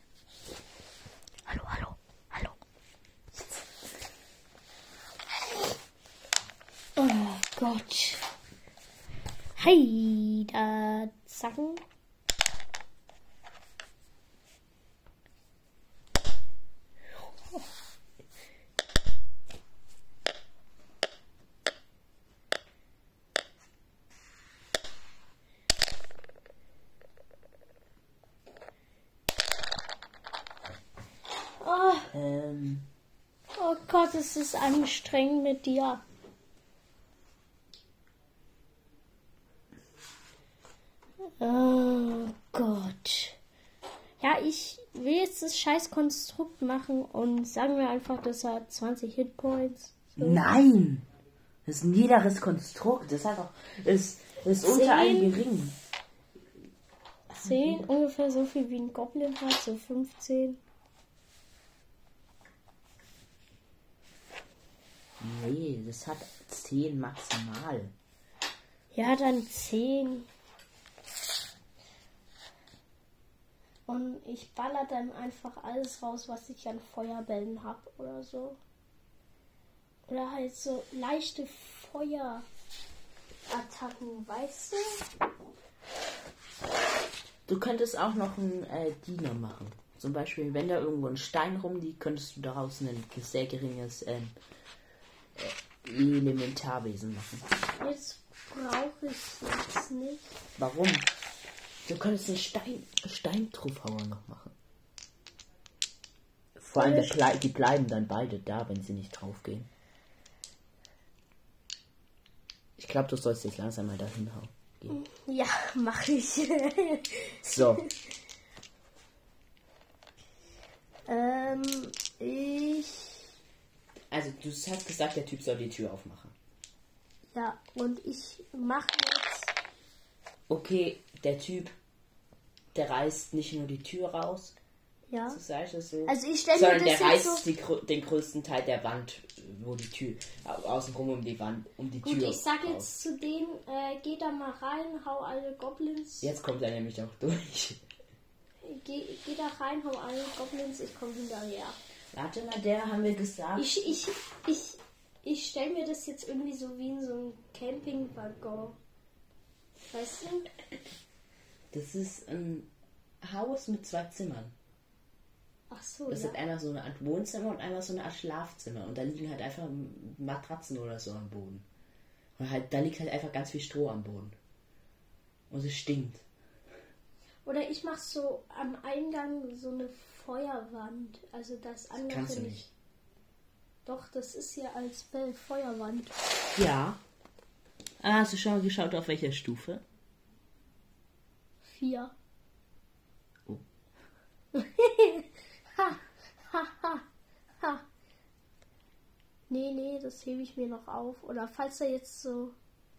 Hey, da zacken. Oh, Ähm, oh Gott, es ist anstrengend mit dir. Oh Gott. Ja, ich will jetzt das scheiß Konstrukt machen und sagen wir einfach, das hat zwanzig Hitpoints. nein! Das ist ein niederes Konstrukt. Das hat auch. Das ist unter einem Ring. zehn, ungefähr so viel wie ein Goblin hat, so fünfzehn. Nee, das hat zehn maximal. Ja, dann zehn. Und ich baller dann einfach alles raus, was ich an Feuerbällen habe oder so. Oder halt so leichte Feuerattacken, weißt du? Du könntest auch noch einen äh, Diener machen. Zum Beispiel, wenn da irgendwo ein Stein rumliegt, könntest du daraus ein sehr geringes ähm, äh, Elementarwesen machen. Jetzt brauche ich jetzt nicht. Warum? Du könntest einen Stein, Steintrufhauer noch machen. Vor allem, der Ble die bleiben dann beide da, wenn sie nicht draufgehen. Ich glaube, du sollst jetzt langsam mal dahin hauen. Gehen. Ja, mach ich. So. ähm, ich. Also, du hast gesagt, der Typ soll die Tür aufmachen. Ja, und ich mache jetzt. Okay, der Typ, der reißt nicht nur die Tür raus. Ja. So sag ich das so. Also ich stelle sondern mir das der jetzt reißt so. die, grö- den größten Teil der Wand, wo die Tür, au- außenrum um die Wand, um die Gut, Tür. ich sag raus. jetzt zu denen, äh, geh da mal rein, hau alle Goblins. Jetzt kommt er nämlich auch durch. Geh, geh da rein, hau alle Goblins, ich komme hinterher. Warte mal, der haben wir gesagt. Ich, ich, ich, ich stelle mir das jetzt irgendwie so wie in so einem Campingwaggon. Weißt du? Das ist ein Haus mit zwei Zimmern. Ach so, Das ja. ist einmal so eine Art Wohnzimmer und einmal so eine Art Schlafzimmer. Und da liegen halt einfach Matratzen oder so am Boden. Und halt, da liegt halt einfach ganz viel Stroh am Boden. Und es stinkt. Oder ich mach so am Eingang so eine Feuerwand. Also das andere Kannst du nicht. Doch, das ist ja als Bell Feuerwand. Ja. Ah, hast du schon mal geschaut, auf welcher Stufe? Vier. Oh. ha, ha, ha, ha. Nee, nee, das hebe ich mir noch auf. Oder falls er jetzt so...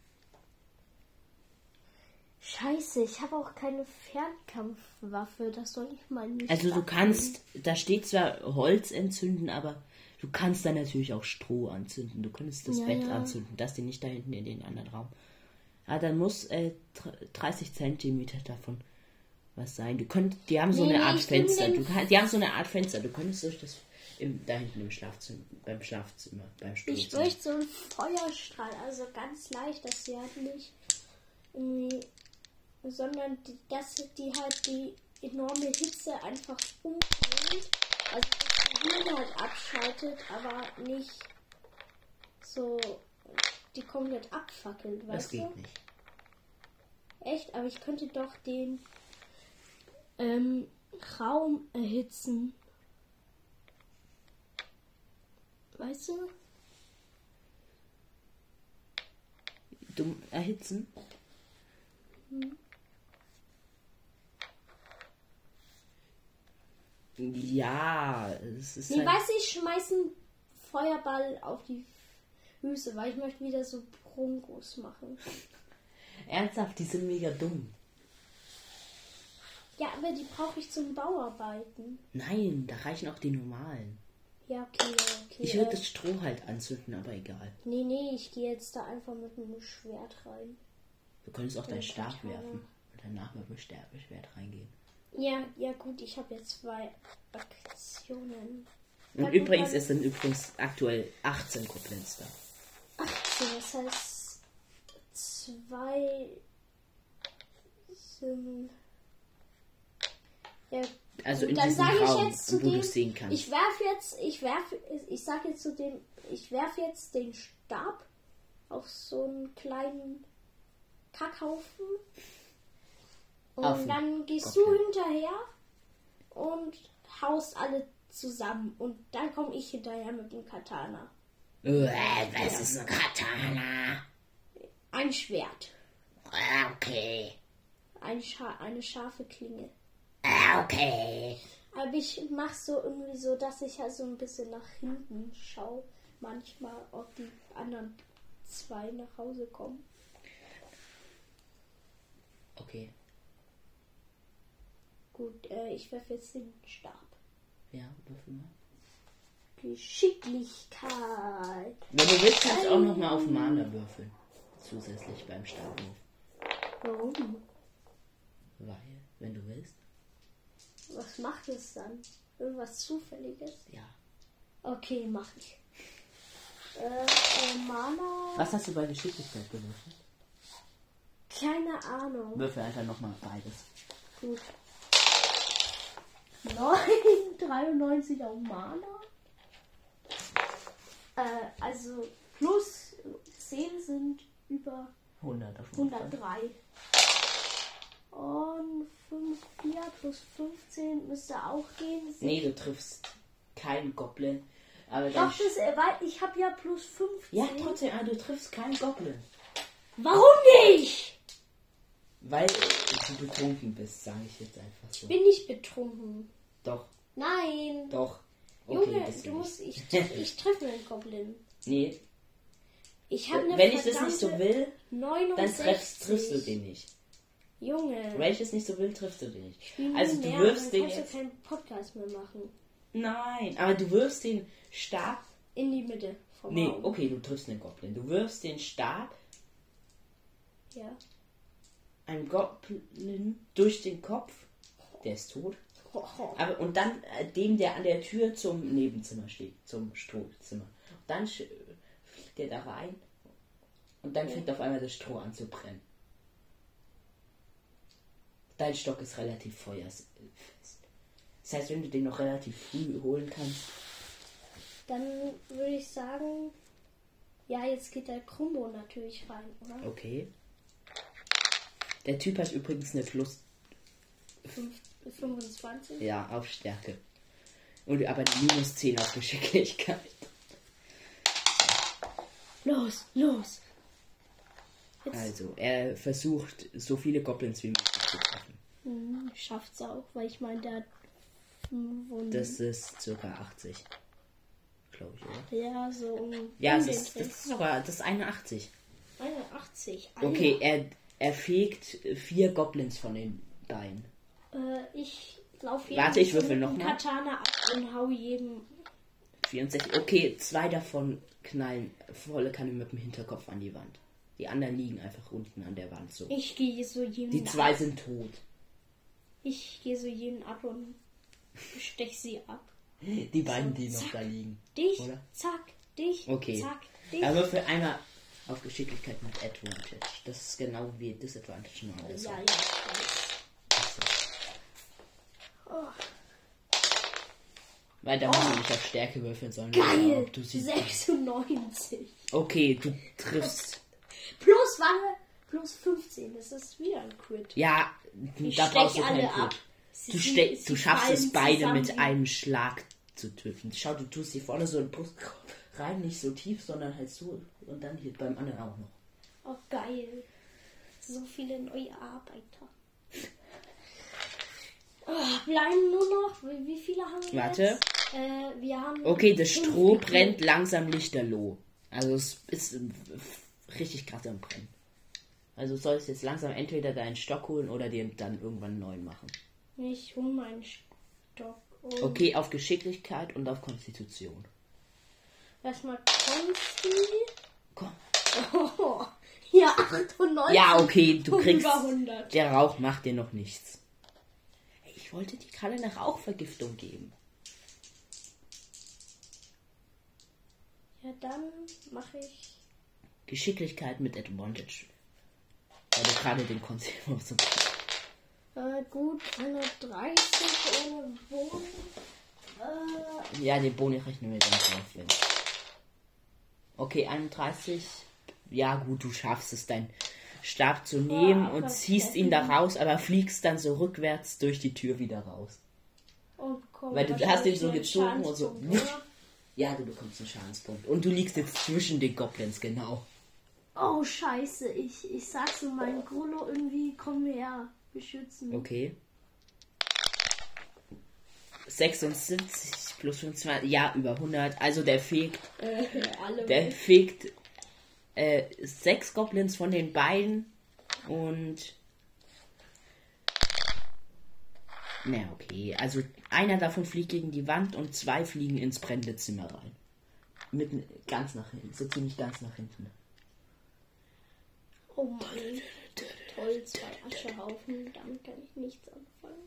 Scheiße, ich habe auch keine Fernkampfwaffe. Das soll ich mal nicht. Also du machen. kannst, da steht zwar Holz entzünden, aber du kannst dann natürlich auch Stroh anzünden. Du könntest das Ja, Bett ja. anzünden, das dir nicht da hinten in den anderen Raum. Ja, dann muss äh, dreißig Zentimeter davon was sein. Du könnt, die haben so Nee, eine nee, Art ich bin Fenster. den- Du kann, die haben so eine Art Fenster. Du könntest durch das im, da hinten im Schlafzimmer, beim Schlafzimmer, beim Ich Strohzimmer. möchte so einen Feuerstrahl, also ganz leicht, dass sie halt nicht irgendwie, sondern die, dass die halt die enorme Hitze einfach umbringt, also dass die Winde halt abschaltet, aber nicht so die komplett abfackelt, Das weißt geht du? nicht. Echt, aber ich könnte doch den ähm, Raum erhitzen. Weißt du? Dumm erhitzen? Ja, es ist Nee, halt, weißt du, ich schmeiß einen Feuerball auf die Füße, weil ich möchte wieder so Prungos machen. ernsthaft, die sind mega dumm. Ja, aber die brauche ich zum Bauarbeiten. Nein, da reichen auch die normalen. Ja, okay, ja, okay. Ich würde äh, das Stroh halt anzünden, aber egal. Nee, nee, ich gehe jetzt da einfach mit einem Schwert rein. Du könntest auch deinen Stab Katana. werfen und danach mit dem Ster- Schwert reingehen. Ja, ja gut, ich habe jetzt zwei Aktionen. Und Ja, gut, übrigens, dann- es sind übrigens aktuell achtzehn Goblins da. Ach so, das heißt zwei sind. Ja, Also in dann diesem sage ich Raum, jetzt zu wo du dem, es sehen kannst. ich werfe jetzt, ich werfe, ich sage jetzt zu dem, ich werfe jetzt den Stab auf so einen kleinen Kackhaufen und Auf den dann gehst Goblin. du hinterher und haust alle zusammen und dann komme ich hinterher mit dem Katana. Äh, was ist ein Katana? Ein Schwert, Ah, Okay. ein Scha eine scharfe Klinge. Ah, Okay. Aber ich mache so irgendwie so, dass ich halt so ein bisschen nach hinten schaue. Manchmal, ob die anderen zwei nach Hause kommen. Okay. Gut, äh, ich werfe jetzt den Stab. Ja, würfel mal. Geschicklichkeit. Wenn du willst, kannst du auch nochmal auf Mana würfeln. Zusätzlich beim Stabwurf. Warum? Weil, wenn du willst. Was macht es dann? Irgendwas Zufälliges? Ja. Okay, mach ich. Äh, äh, Mana? Was hast du bei Geschicklichkeit gewürfelt? Keine Ahnung. Würfel einfach nochmal beides. Gut. neun, dreiundneunzig auf Mana. Äh, also plus zehn sind über hundert auf jeden Fall. hundertdrei. Und fünf, vier plus fünfzehn müsste auch gehen. Nee, du triffst keinen Goblin. Aber Doch, dann das, äh, weil ich habe ja plus fünfzehn. ja, trotzdem, aber du triffst keinen Goblin. Warum nicht? Weil du betrunken bist, sage ich jetzt einfach so. Bin ich betrunken? Doch, Nein. doch. Okay, Junge, bist du nicht. musst, ich, ich treffe einen Goblin. Nee, Ich habe eine wenn ich das nicht so verdammte will, dann neunundsechzig. triffst, triffst du den nicht. Junge. Wenn ich es nicht so will, triffst du den nicht. Spiel Also nie du mehr, wirfst dann den kannst jetzt. du keinen Podcast mehr machen. Nein, aber du wirfst den Stab. In die Mitte vom Nee, Raum. okay, du triffst einen Goblin. Du wirfst den Stab Ja. einem Goblin durch den Kopf. Der ist tot. Ho, ho. Aber, und dann äh, dem, der an der Tür zum Nebenzimmer steht, zum Strohzimmer. Und dann sch- fliegt der da rein und dann fängt auf einmal das Stroh an zu brennen. Dein Stock ist relativ feuerfest. Das heißt, wenn du den noch relativ früh holen kannst, Dann würde ich sagen, ja, jetzt geht der Krumbo natürlich rein, oder? okay. Der Typ hat übrigens eine Plus, Fünf, fünfundzwanzig. ja, auf Stärke. Und aber eine minus zehn auf Geschicklichkeit. Los, los. Jetzt Also, er versucht, so viele Goblins wie möglich zu treffen. hm, schafft's auch, weil ich meine, der hat fünfundachtzig. Das ist circa achtzig. Glaube ich, oder? Ja, so um Ja, um das den ist, Dreh. das ist sogar, das ist einundachtzig. einundachtzig. Alter. Okay, er, er fegt vier Goblins von den Beinen. Äh, ich laufe Warte, ich würfel noch mit dem mal. Katana ab und hau jedem. vierundsechzig. Okay, zwei davon knallen volle Kanne mit dem Hinterkopf an die Wand. Die anderen liegen einfach unten an der Wand so. Ich gehe so jeden Die zwei ab. sind tot. Ich gehe so jeden ab und stech sie ab. Die beiden, die noch da liegen. Dich, Oder? zack, dich, Okay. zack, dich. Er würfel einmal auf Geschicklichkeit mit Advantage. Das ist genau wie Disadvantage nur anders. ja, ja, ich weiß. Oh, Weil da musst du nicht auf Stärke würfeln, sondern geil! ob du sie. sechsundneunzig. Okay, du triffst. Plus, warte, plus fünfzehn. Das ist wieder ein Crit. Ja, Ich da brauchst du stech alle keinen ab. Crit. Sie- Du, sie- ste sie du schaffst fallen es beide zusammen mit wie- einem Schlag zu töten. Schau, du tust hier vorne so einen Brust rein, nicht so tief, sondern halt so und dann hier beim anderen auch noch. Oh, geil. So viele neue Arbeiter. Oh, bleiben nur noch, wie, wie viele haben wir Warte. jetzt? Äh, wir haben Okay, das fünf Stroh gekriegt. brennt langsam lichterloh. Also es ist äh, richtig krass am Brennen. Also du sollst jetzt langsam entweder deinen Stock holen oder dir dann irgendwann einen neuen machen. Ich hole meinen Stock. Und Okay, auf Geschicklichkeit und auf Konstitution. erstmal Konsti. Komm. Oh, ja, achtundneunzig. Ja, okay, du und kriegst. über hundert. Der Rauch macht dir noch nichts. Hey, ich wollte die Kralle eine Rauchvergiftung geben. Ja, dann mache ich. Geschicklichkeit mit Advantage. Weil du gerade den Konstitution. Äh, gut, hundertdreißig ohne Boni. Äh, Ja, den Boni rechnen wir dann drauf. Wenn. Okay, einunddreißig. Ja gut, du schaffst es, deinen Stab zu nehmen aber und ziehst ihn da raus, aber fliegst dann so rückwärts durch die Tür wieder raus. und komm, Weil du hast ihn so wahrscheinlich gezogen und so. Schadenspunkt, oder? Ja, du bekommst einen Schadenspunkt. Und du liegst jetzt zwischen den Goblins, genau. Oh, scheiße. Ich, ich sag so, mein Grullo irgendwie, komm her, beschützen. Okay. sechsundsiebzig plus fünfundzwanzig, ja, über hundert. Also der fegt, Äh, alle der fegt äh, sechs Goblins von den beiden und na okay, also einer davon fliegt gegen die Wand und zwei fliegen ins brennende Zimmer rein. Mitten, ganz nach hinten, so ziemlich ganz nach hinten. Oh Mann. Toll, zwei Aschehaufen, damit kann ich nichts anfangen.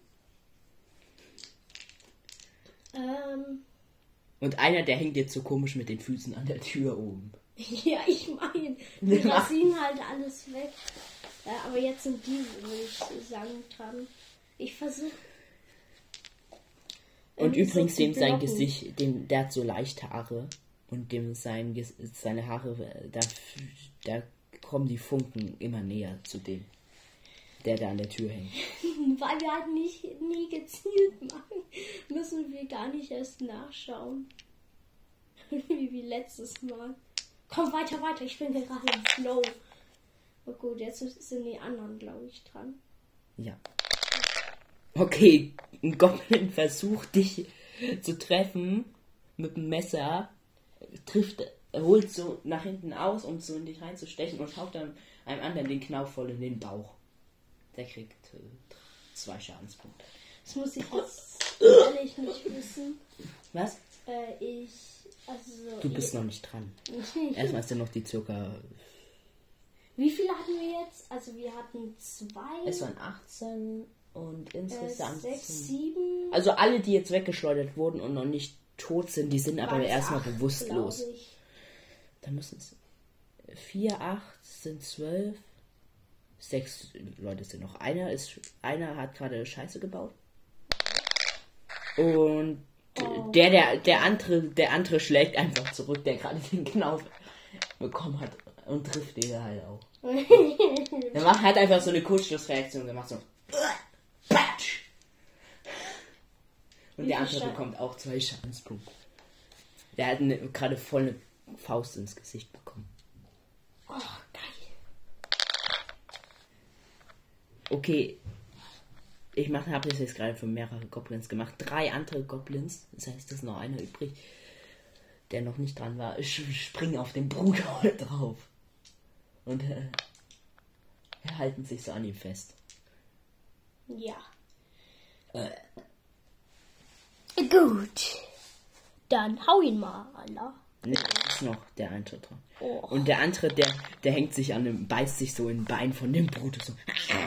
Ähm, Und einer, der hängt jetzt so komisch mit den Füßen an der Tür oben. ja, ich meine, wir rasieren halt alles weg. Ja, aber jetzt sind die, würde ich sagen, dran. Ich versuche. Und übrigens, dem sein Blocken. Gesicht, dem, der hat so leichte Haare. Und dem sein, Ges- seine Haare, da, da kommen die Funken immer näher zu dem, der da an der Tür hängt. Weil wir halt nicht nie gezielt machen, müssen wir gar nicht erst nachschauen. wie, wie letztes Mal. Komm weiter, weiter, ich bin gerade im Flow. Oh gut, jetzt sind die anderen, glaube ich, dran. Ja. Okay, ein Goblin versucht dich zu treffen mit dem Messer, trifft, er holt so nach hinten aus, um so in dich reinzustechen und haut dann einem anderen den Knauf voll in den Bauch. Der kriegt äh, zwei Schadenspunkte. Das muss ich jetzt ehrlich nicht wissen. Was? Äh, ich, also... Du bist ich, noch nicht dran. Erstmal ist ja noch die circa... Wie viele hatten wir jetzt? Also wir hatten zwei, Es waren achtzehn und äh, insgesamt... sechs, sind- sieben... Also alle, die jetzt weggeschleudert wurden und noch nicht tot sind, die sind aber waren's erstmal acht, bewusstlos. glaub ich. Dann müssen es vier, acht sind zwölf. Sechs Leute sind noch. Einer ist, einer hat gerade Scheiße gebaut. Und Oh. der, der, der andere, der andere schlägt einfach zurück, der gerade den Knauf bekommen hat und trifft den halt auch. Der macht, hat einfach so eine Kurzschlussreaktion gemacht, so. Patsch! Und Wie der viel andere Schaden? bekommt auch zwei Schadenspunkte. Der hat eine, gerade voll eine Faust ins Gesicht bekommen. Oh, geil. Okay, ich habe das jetzt gerade für mehrere Goblins gemacht. Drei andere Goblins, das heißt, es ist noch einer übrig, der noch nicht dran war, sch- springen auf den Bruder drauf. Und äh, halten sich so an ihm fest. Ja. Äh, Gut. Dann hau ihn mal, Alter. ne, ist noch der eine dran. Oh. Und der andere, der, der hängt sich an dem, beißt sich so in ein Bein von dem Bruder so.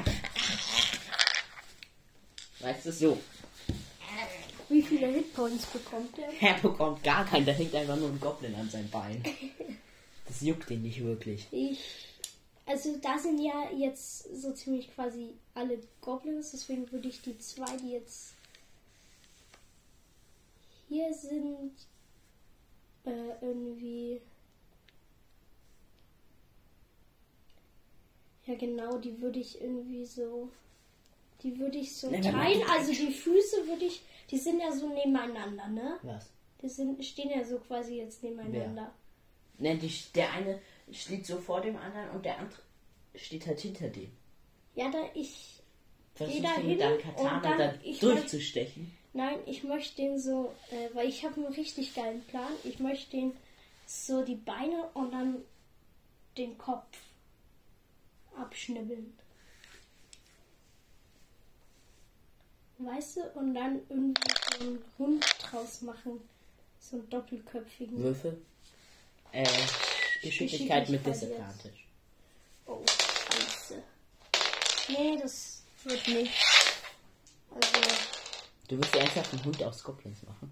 Weißt du, so. Wie viele Hitpoints bekommt er? Er bekommt gar keinen, der hängt einfach nur ein Goblin an sein Bein. Das juckt ihn nicht wirklich. Ich. Also da sind ja jetzt so ziemlich quasi alle Goblins, deswegen würde ich die zwei, die jetzt hier sind, äh, irgendwie. Ja genau, die würde ich irgendwie so. Die würde ich so Nein, nein, teilen. nein. Also die Füße würde ich. Die sind ja so nebeneinander, ne? Was? Die sind, stehen ja so quasi jetzt nebeneinander. Ne, die, der eine steht so vor dem anderen und der andere steht halt hinter dem. Ja, da ich. Versuchst da du hin mit deinem und Katana dann- da ich durchzustechen? Nein, ich möchte den so, äh, weil ich habe einen richtig geilen Plan. Ich möchte den so die Beine und dann den Kopf abschnibbeln. Weißt du? Und dann irgendwie so einen Hund draus machen. So einen doppelköpfigen. Würfel? Äh, Geschicklichkeit mit Geschicklichkeit Disadvantage. Oh, scheiße. Nee, das wird nicht. Also Du willst ja einfach einen Hund aus Goblins machen.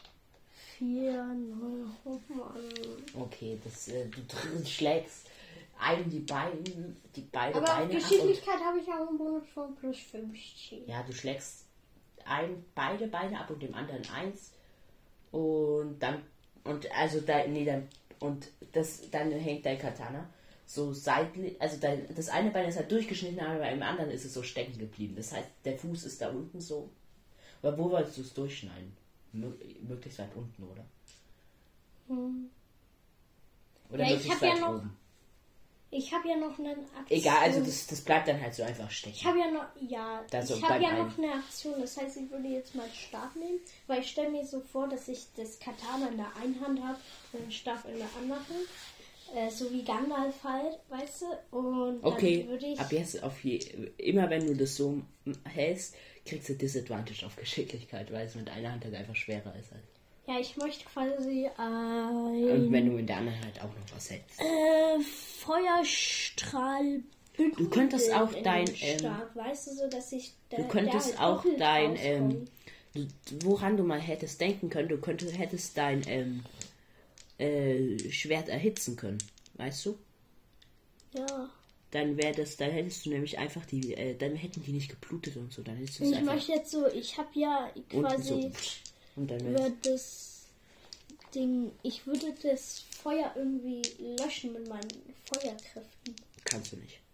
vier, neun, oh Mann. Okay, das, äh, du dr- schlägst einem die Beine, die beide Aber auf Beine ab und, Geschicklichkeit habe ich auch einen Bonus von plus fünfzehn. ja, du schlägst ein, beide Beine ab und dem anderen eins und dann und also da nee, dann und das dann hängt dein Katana so seitlich, also dein, das eine Bein ist halt durchgeschnitten, aber beim anderen ist es so stecken geblieben. Das heißt, der Fuß ist da unten so. Aber wo wolltest du es durchschneiden? Mö möglichst weit unten, oder? Hm. Oder Ja, ich möglichst hab ja weit noch- oben? Ich habe ja noch eine Aktion. Egal, also das, das bleibt dann halt so einfach stecken. Ich habe ja noch, ja, Da so ich habe beim ja einen. noch eine Aktion. Das heißt, ich würde jetzt mal Stab nehmen, weil ich stelle mir so vor, dass ich das Katana in der einen Hand habe und den Stab in der anderen. Äh, so wie Gandalf halt, weißt du? Und dann Okay, würde ich. ab jetzt auf je, immer wenn du das so hältst, kriegst du Disadvantage auf Geschicklichkeit, weil es mit einer Hand halt einfach schwerer ist. Halt. Ja, ich möchte quasi ein Und wenn du in der anderen halt auch noch was hältst. äh, Feuerstrahl. Du könntest auch in dein, den ähm, Stab, weißt du, so dass ich der, Du könntest der halt auch doppelt dein, rauskommt. ähm, du, woran du mal hättest denken können, du könntest, hättest dein ähm, äh, Schwert erhitzen können, weißt du? Ja. Dann wäre das, dann hättest du nämlich einfach die, äh, dann hätten die nicht geblutet und so, dann hättest du es Ich einfach möchte jetzt so, ich habe ja unten quasi so und dann über wär's, das Ding, ich würde das Feuer irgendwie löschen mit meinen Feuerkräften. kannst du nicht.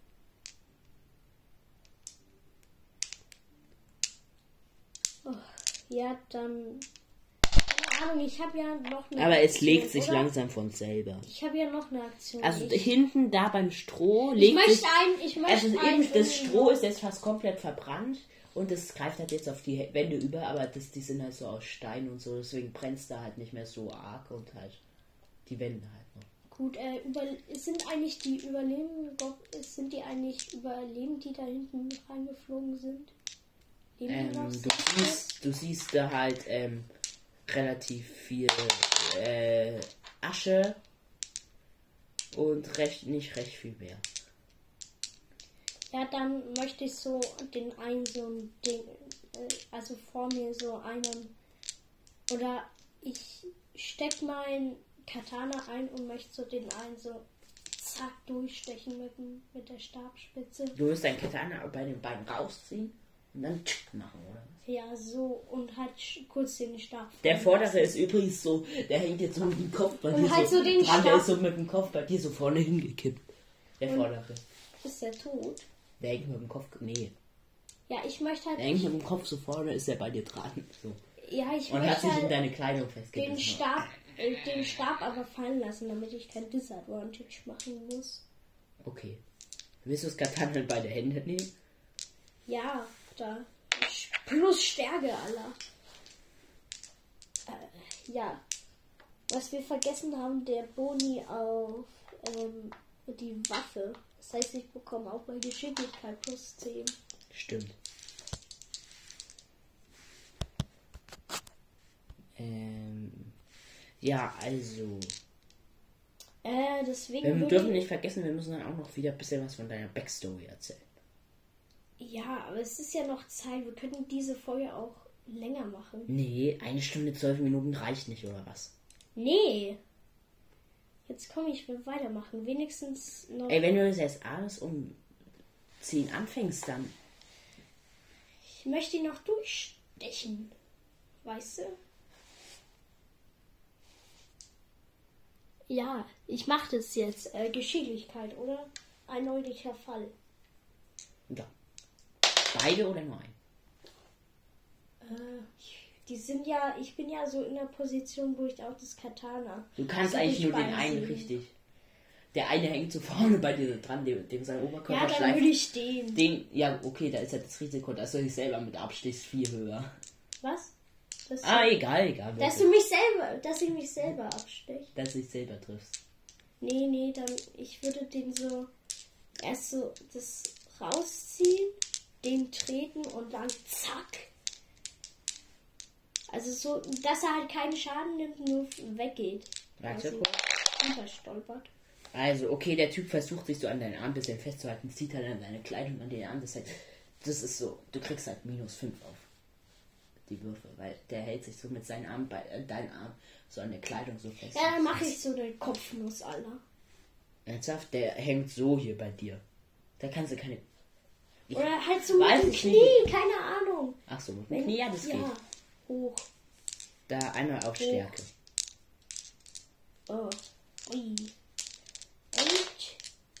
Ja, dann. Keine Ahnung, ich habe ja noch eine Aber es Aktion, legt sich oder? langsam von selber. Ich habe ja noch eine Aktion. Also ich, hinten da beim Stroh ich legt möchte sich, ein, ich möchte also ein eben das irgendwie- Stroh ist jetzt fast komplett verbrannt und es greift halt jetzt auf die Wände über, aber das, die sind halt so aus Stein und so, deswegen brennt es da halt nicht mehr so arg und halt die Wände halt noch. Gut, äh, über, sind eigentlich die Überlebenden, sind die eigentlich überlebend, die da hinten reingeflogen sind? Leben Ähm, die noch? du, Sind die? siehst, du siehst da halt ähm, relativ viel äh, Asche und recht, nicht recht viel mehr. Ja, dann möchte ich so den einen so ein Ding, äh, also vor mir so einen, oder ich steck mein Katana ein und möchte so den einen so zack durchstechen mit, dem- mit der Stabspitze. Du wirst dein Katana bei den Beinen rausziehen und dann tschick machen, oder? Ja, so und halt sch- kurz den Stab. Der fallen vordere lassen. ist übrigens so, der hängt jetzt so mit dem Kopf bei Und dir halt so, so den dran, der Stab- ist so mit dem Kopf bei dir so vorne hingekippt. Der Und- vordere. Ist der tot? Der hängt mit dem Kopf, nee, Ja, ich möchte halt. der hängt mit dem Kopf so vorne, ist der bei dir dran. So. Ja, ich Und hat möchte sich in halt deine Kleidung den festgebissen. Stab, äh, den Stab aber fallen lassen, damit ich kein Disadvantage machen muss. Okay. Willst du das Katana in beide Hände nehmen? Ja, da. Plus Stärke aller. Äh, ja. Was wir vergessen haben, der Boni auf ähm, die Waffe. Das heißt, ich bekomme auch bei Geschicklichkeit plus zehn. Stimmt. Ähm, ja, also. Äh, deswegen. Wir würde dürfen ich- nicht vergessen, wir müssen dann auch noch wieder ein bisschen was von deiner Backstory erzählen. Ja, aber es ist ja noch Zeit. Wir könnten diese Folge auch länger machen. Nee, eine Stunde, zwölf Minuten reicht nicht, oder was? Nee. Jetzt komm, ich will weitermachen. Wenigstens noch. Ey, wenn du das erst alles um zehn anfängst, dann. Ich möchte ihn noch durchstechen. Weißt du? Ja, ich mache das jetzt. Äh, Geschicklichkeit, oder? Eindeutiger Fall. Ja. Beide oder nur ein? Äh, die sind ja, ich bin ja so in der Position, wo ich auch das Katana. Du kannst so eigentlich nicht nur den beim einen Sehen. richtig. Der eine hängt so vorne bei dir dran, dem, dem sein Ja, Oberkörper dann schleift. würde ich den. Den, ja, okay, da ist ja das Risiko, dass du dich selber mit abstichst, viel höher. Was? Dass, Ah, egal, egal. dass wirklich. du mich selber, dass ich mich selber absteche. Dass du dich selber triffst. Nee, nee, dann, ich würde den so erst so das rausziehen, den treten und dann zack. Also so, dass er halt keinen Schaden nimmt, nur weggeht. Warte Also kurz. runterstolpert. Also, okay, der Typ versucht sich so an deinen Arm ein bisschen festzuhalten, zieht halt an deine Kleidung an den Arm. Das, heißt, das ist so, du kriegst halt minus fünf auf die Würfe, weil der hält sich so mit seinen Arm bei äh, deinen Arm so an der Kleidung so fest. Ja, dann mache ich so den Kopfnuss aller. Ernsthaft, der hängt so hier bei dir. Da kannst du keine... Ich Oder halt so mit weiß dem es Knie, nicht. keine Ahnung. Ach so, mit dem Knie, ja, das ja, geht. hoch. Da einmal auf Stärke. Oh. Ui. Echt?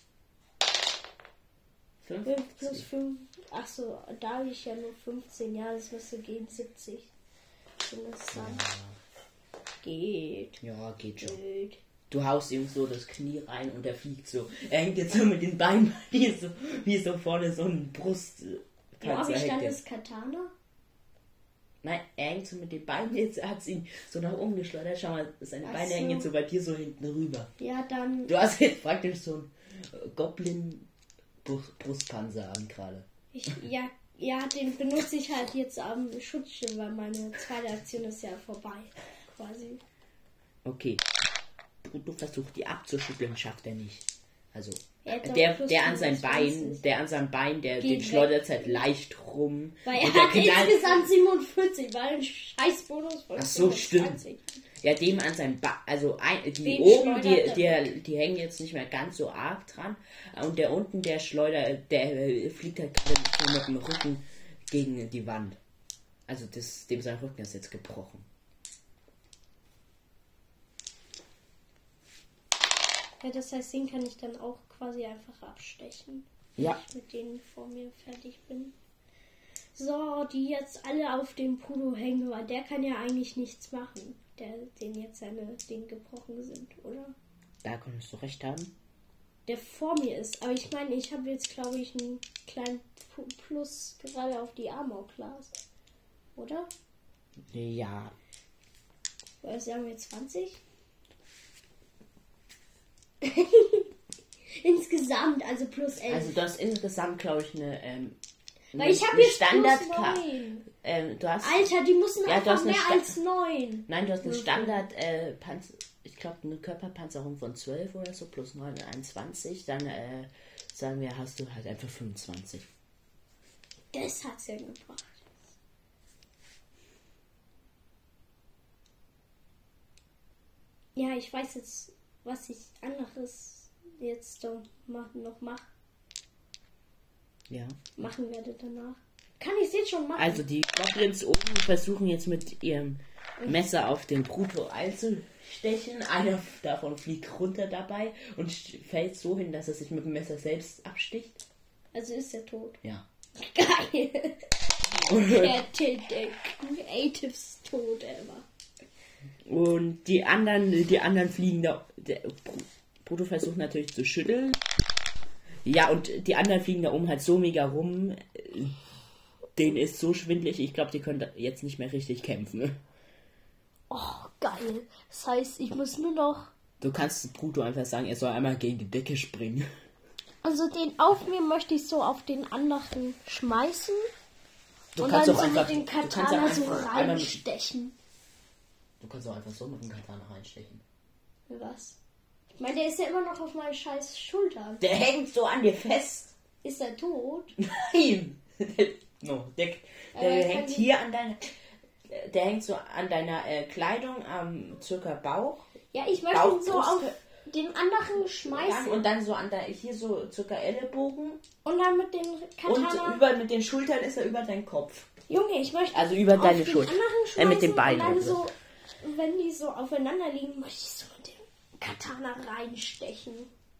Fünf? fünf plus fünf. Achso, da habe ich ja nur fünfzehn. Ja, das müsste gehen. siebzig. Zumindest dann. Geht. Ja, geht schon. Geht. Du haust ihm so das Knie rein und er fliegt so. Er hängt jetzt so mit den Beinen, wie so, wie so vorne so ein Brust. Wo habe ich dann hängt er. das Katana? Nein, er hängt so mit den Beinen, jetzt hat es ihn so nach oben geschleudert. Schau mal, seine Ach Beine so. hängen jetzt so bei dir so hinten rüber. Ja, dann. Du hast jetzt praktisch so einen äh, Goblin-Brustpanzer an gerade. Ich, ja, ja, den benutze ich halt jetzt am Schutzschild, weil meine zweite Aktion ist ja vorbei. Quasi. Okay. Bruto versucht die abzuschütteln, schafft er nicht. Also, Er hat doch der, plus der an seinem fünfundzwanzig. Bein, der an seinem Bein, der Geht den weg. schleudert halt leicht rum. Weil er und der hat knallt- insgesamt siebenundvierzig, weil ein Scheißbonus von Ach so, fünfundzwanzig. Ja, dem an seinem Bein, also ein, die Den oben, die, schleudert er die, die hängen jetzt nicht mehr ganz so arg dran. Und der unten, der Schleuder, der äh, fliegt halt gerade so mit dem Rücken gegen die Wand. Also das, dem sein Rücken ist jetzt gebrochen. Ja, das heißt, den kann ich dann auch quasi einfach abstechen. Ja. Wenn ich mit denen vor mir fertig bin. So, die jetzt alle auf dem Pudo hängen, weil der kann ja eigentlich nichts machen. Der, den jetzt seine Dinge gebrochen sind, oder? Da konntest du recht haben. Der vor mir ist. Aber ich meine, ich habe jetzt, glaube ich, einen kleinen Pu- Plus gerade auf die Armor Class. Oder? Ja. Oder sagen wir zwanzig? Insgesamt, also plus elf. Also du hast insgesamt, glaube ich, eine, ähm, Weil ich habe eine jetzt Standard plus neun. ähm, du hast Alter, die müssen Ja, du einfach hast eine mehr Sta- als neun. Nein, du hast eine Würfel. Standard äh, Panzer, ich glaube eine Körperpanzerung von zwölf oder so, plus neun, einundzwanzig. Dann äh, sagen wir, hast du halt einfach fünfundzwanzig. Das hat's ja gebracht. Ja, ich weiß jetzt, was ich anderes jetzt doch mach, noch mach, Ja. machen werde danach. Kann ich es jetzt schon machen? Also die Goblins oben versuchen jetzt mit ihrem Messer auf den Bruto einzustechen. Einer davon fliegt runter dabei und fällt so hin, dass er sich mit dem Messer selbst absticht. Also ist er tot. Ja. Geil. Der, der, der creativste Tod ever. Und die anderen, die anderen fliegen da. Der Bruto versucht natürlich zu schütteln. Ja, und die anderen fliegen da oben halt so mega rum. Denen ist so schwindelig, ich glaube, die können jetzt nicht mehr richtig kämpfen. Oh, geil. Das heißt, ich muss nur noch... Du kannst Bruto einfach sagen, er soll einmal gegen die Decke springen. Also den auf mir möchte ich so auf den anderen schmeißen. Du und kannst dann auch so einfach, mit dem du kannst auch Katana so einfach einmal mit, reinstechen. du kannst auch einfach so mit dem Katana reinstechen. Was? Ich meine, der ist ja immer noch auf meinen scheiß Schultern. Der hängt so an dir fest. Ist er tot? Nein! no, der der Aber er hängt kann- hier an deiner... Der hängt so an deiner äh, Kleidung am circa Bauch. Ja, ich möchte Bauch, ihn so Brust- auf den anderen Dann, schmeißen. und dann so an der, hier so circa Ellenbogen. Und dann mit dem Katana... Und über, mit den Schultern ist er über deinen Kopf. Junge, ich möchte Also über auf deine den Schulter. anderen Äh, mit den schmeißen Beinen Und dann also. so, wenn die so aufeinander liegen, möchte ich so mit dem Katana reinstechen.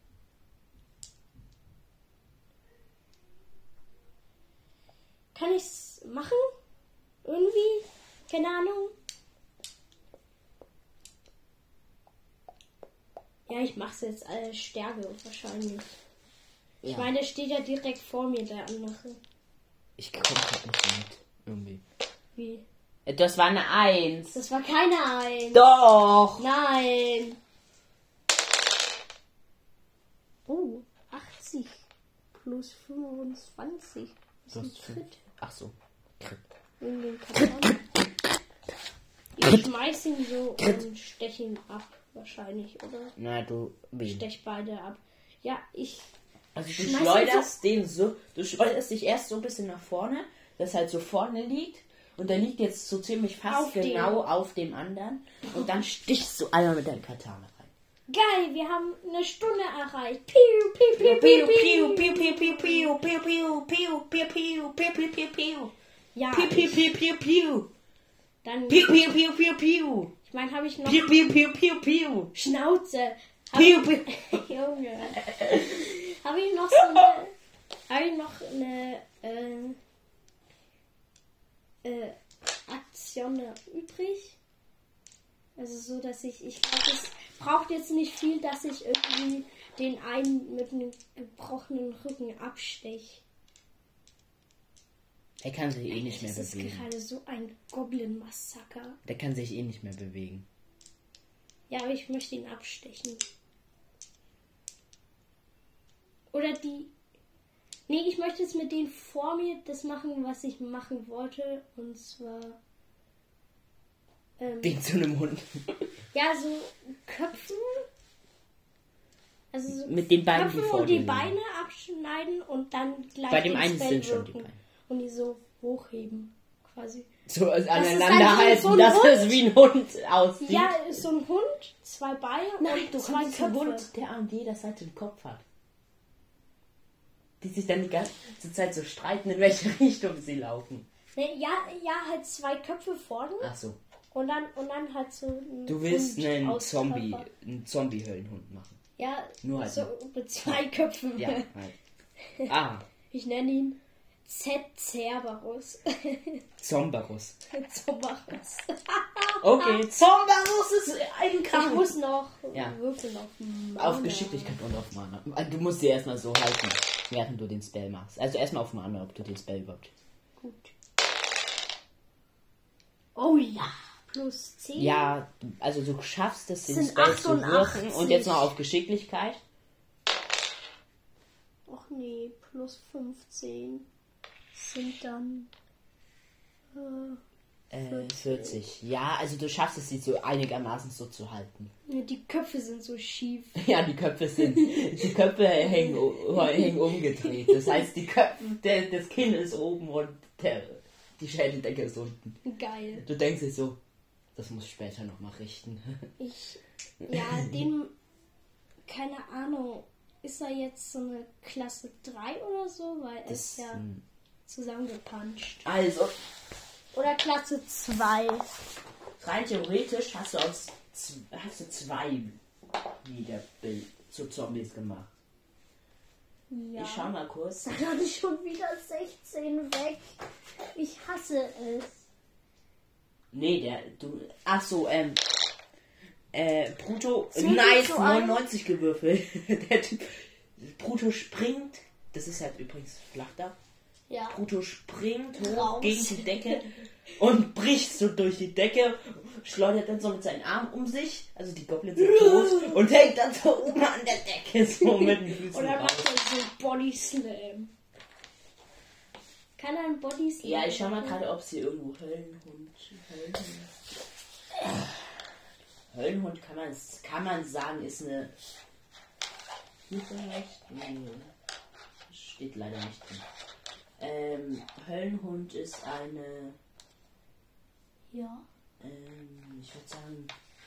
Kann ich's machen? Irgendwie? Keine Ahnung. Ja, ich mach's jetzt als Stärke wahrscheinlich. Ich Ja. meine, der steht ja direkt vor mir, der andere. Ich komme gerade nicht mit. Irgendwie. Wie? Äh, Das war eine Eins. Das war keine Eins. Doch! Nein. Oh, achtzig plus fünfundzwanzig. Das Du ist ein hast fünf. Crit. Ach so. Crit. In den Katana. Ich schmeiß ihn so und stech ihn ab. Wahrscheinlich, oder? Na, du. Wen? Stech beide ab. Ja, ich. Also du Schmeiß ihn schleuderst den so. Du schleuderst dich erst so ein bisschen nach vorne, das halt so vorne liegt. Und der liegt jetzt so ziemlich fast Auf dem. genau auf dem anderen. Und dann stichst du einmal mit deinem Katana rein. Geil, wir haben eine Stunde erreicht. Piu, piu, piu, piu, piu, piu, piu, piu, piu, piu, piu, piu, piu, piu, piu, piu, piu, piu. Ja, Piu, piu, piu, piu, piu. dann, Piu, piu, piu, piu, piu. ich meine, habe ich noch Piu, piu, piu, piu, piu. Schnauze. Hab Piu, piu. Junge. Habe ich noch so eine, habe ich noch eine, äh, äh, Aktion da übrig? Also so, dass ich, ich glaube, es braucht jetzt nicht viel, dass ich irgendwie den einen mit einem gebrochenen Rücken absteche. Er kann sich eh nicht mehr Das ist bewegen. gerade so ein Goblin-Massaker. Der kann sich eh nicht mehr bewegen. Ja, aber ich möchte ihn abstechen. Oder die... Nee, ich möchte jetzt mit denen vor mir das machen, was ich machen wollte. Und zwar... Ähm, Wegen zu einem Hund. ja, so Köpfen. Also so Mit den Beinen, die Köpfen vor und die dir Beine abschneiden und dann gleich Bei dem ins einen Fell sind schon die wirken. Beine. Und die so hochheben, quasi. So ist aneinander halt halten, so ein dass Hund. es wie ein Hund aussieht. Ja, ist so ein Hund, zwei Beine und zwei Köpfe. der an jeder Seite einen Kopf hat. Die sich dann die ganze Zeit so streiten, in welche Richtung sie laufen. Nee, ja, ja, halt zwei Köpfe vorne Ach so. und dann und dann halt so ein Du willst Hund einen aus Zombie, Körper. einen Zombie-Höllenhund machen. Ja, Nur halt so mit zwei Köpfen. Ja, halt. Ah, Ich nenne ihn Z Cerberus. Zombarus. Zombarus. Okay, Zombarus ist ein Ich Krank. muss noch Ja. würfeln auf Mana. Auf Geschicklichkeit und auf Mana. Du musst sie erstmal so halten, während du den Spell machst. Also erstmal auf Mana, ob du den Spell überhaupt. Gut. Oh ja, plus zehn. Ja, du- also du schaffst es, den Sind Spell zu wirken. achtundachtzig. Und jetzt noch auf Geschicklichkeit. Och nee, plus fünfzehn sind dann äh, Äh, vierzig. Ja, also du schaffst es, sie so einigermaßen so zu halten. die Köpfe sind so schief. Ja, die Köpfe sind, die Köpfe hängen, u- hängen umgedreht. Das heißt, die Köpfe, der, das Kinn ist oben und der, die Schädeldecke ist unten. Geil. Du denkst dir so, das muss ich später nochmal richten. Ich, ja, dem, keine Ahnung, ist er jetzt so eine Klasse drei oder so, weil er ist ja hm. zusammengepanscht. Also, Oder Klasse zwei. rein theoretisch hast du aus z- hast du zwei wieder Bild zu Zombies gemacht. Ja. Ich schau mal kurz. Dann hatte ich schon wieder sechzehn weg. Ich hasse es. Nee, der, du, ach so, ähm, äh, Bruto, Zählt nice, das so ein? neunundneunzig gewürfelt. Der Typ, Bruto springt, das ist halt übrigens flach da. Ja. Bruto springt hoch Raus. gegen die Decke und bricht so durch die Decke, schleudert dann so mit seinen Armen um sich, also die Goblins sind tot, und hängt dann so oben an der Decke so mit den Füßen Oder raus. macht er so Body Slam? Kann er einen Body Slam? Ja, ich schau mal gerade, ob sie irgendwo Höllenhund. Höllenhund, Höllenhund kann man, kann man sagen, ist eine. Hier vielleicht? Nee, steht leider nicht drin. Ähm, Höllenhund ist eine. Ja. Ähm, ich würde sagen.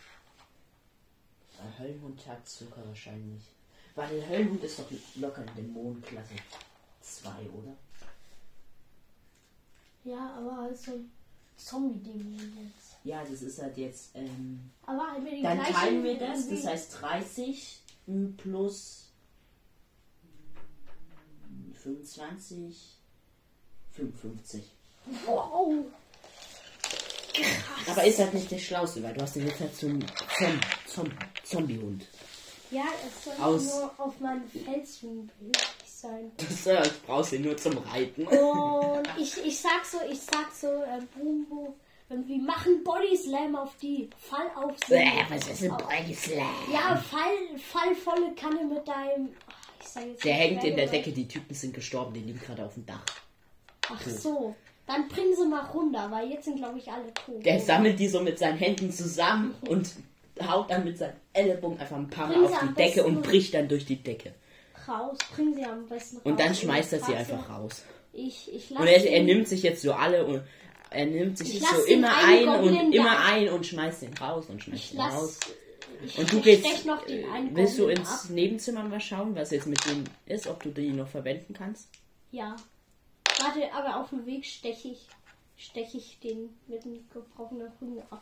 Ein Höllenhund hat Zucker wahrscheinlich. Weil der Höllenhund ist doch locker in Dämonenklasse zwei, oder? Ja, aber halt so ein Zombie-Ding jetzt. Ja, das ist halt jetzt. Ähm, Aber halt mit den Dann gleichen... teilen wir das, das irgendwie- heißt dreißig m, plus m, fünfundzwanzig, fünfundfünfzig. Wow. Aber ist halt nicht der Schlauste, weil du hast den jetzt halt zum Zom Zom Zombie-Hund. Ja, es soll Aus- nur auf meinem Felsen behilflich sein. Das äh, brauchst du nur zum Reiten. Und ich, ich sag so, ich sag so, äh, Bumbo, wir machen Body Slam auf die. Fall auf sie. Äh, was ist ein Body Slam? Ja, Fall, Fall volle Kanne mit deinem... Ach, ich sag jetzt Der nicht hängt in der wer, Decke, die Typen sind gestorben, die liegen gerade auf dem Dach. Ach so, dann bringen sie mal runter, weil jetzt sind, glaube ich, alle tot. Der sammelt die so mit seinen Händen zusammen und haut dann mit seinen Ellbogen einfach ein paar Mal Bringen sie auf die am Decke besten und bricht dann durch die Decke. Raus, bringen sie am besten raus. Und dann schmeißt er Ich sie frag einfach raus. Ich, ich Und lasse er, er nimmt sich jetzt so alle und er nimmt sich Ich jetzt so lass den immer einen ein Goblin und da- immer ein und schmeißt den raus und schmeißt Ich den lass, raus. Ich Und du gehst, stech noch den einen willst du Goblin ins ab. Nebenzimmer mal schauen, was jetzt mit dem ist, ob du die noch verwenden kannst? Ja. Warte, aber auf dem Weg steche ich, stech ich den mit dem gebrochenen Rücken ab.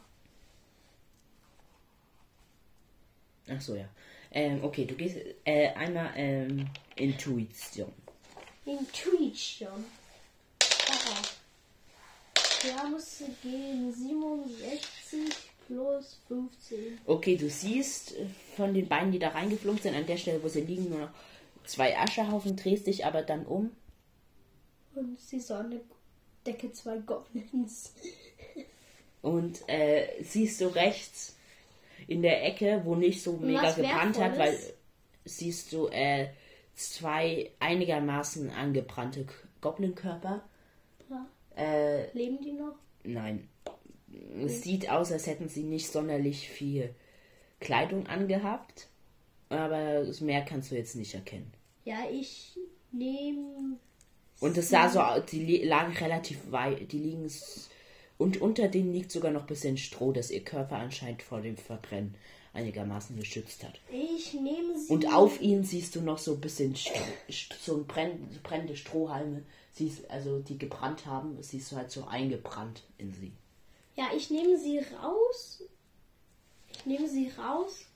Ach so, ja. Ähm, okay, du gehst äh, einmal ähm, Intuition. Intuition. Ah. Ja, musste gehen. siebenundsechzig plus fünfzehn. Okay, du siehst äh, von den Beinen, die da reingeflogen sind, an der Stelle, wo sie liegen, nur noch zwei Aschehaufen, drehst dich aber dann um. Und sie so eine Decke zwei Goblins. Und äh, siehst du rechts in der Ecke, wo nicht so mega was gebrannt hat, weil Wertvolles? siehst du äh, zwei einigermaßen angebrannte K- Goblinkörper. Ja. Äh, Leben die noch? nein. Es sieht aus, als hätten sie nicht sonderlich viel Kleidung angehabt. Aber mehr kannst du jetzt nicht erkennen. Ja, ich nehme. Und es sah so aus, die li- lagen relativ weit, die liegen s- und unter denen liegt sogar noch ein bisschen Stroh, das ihr Körper anscheinend vor dem Verbrennen einigermaßen geschützt hat. Ich nehme sie. Und auf ihnen siehst du noch so ein bisschen St- St- so ein brenn, so brennende Strohhalme, siehst, also die gebrannt haben, siehst du halt so eingebrannt in sie. Ja, ich nehme sie raus. Ich nehme sie raus.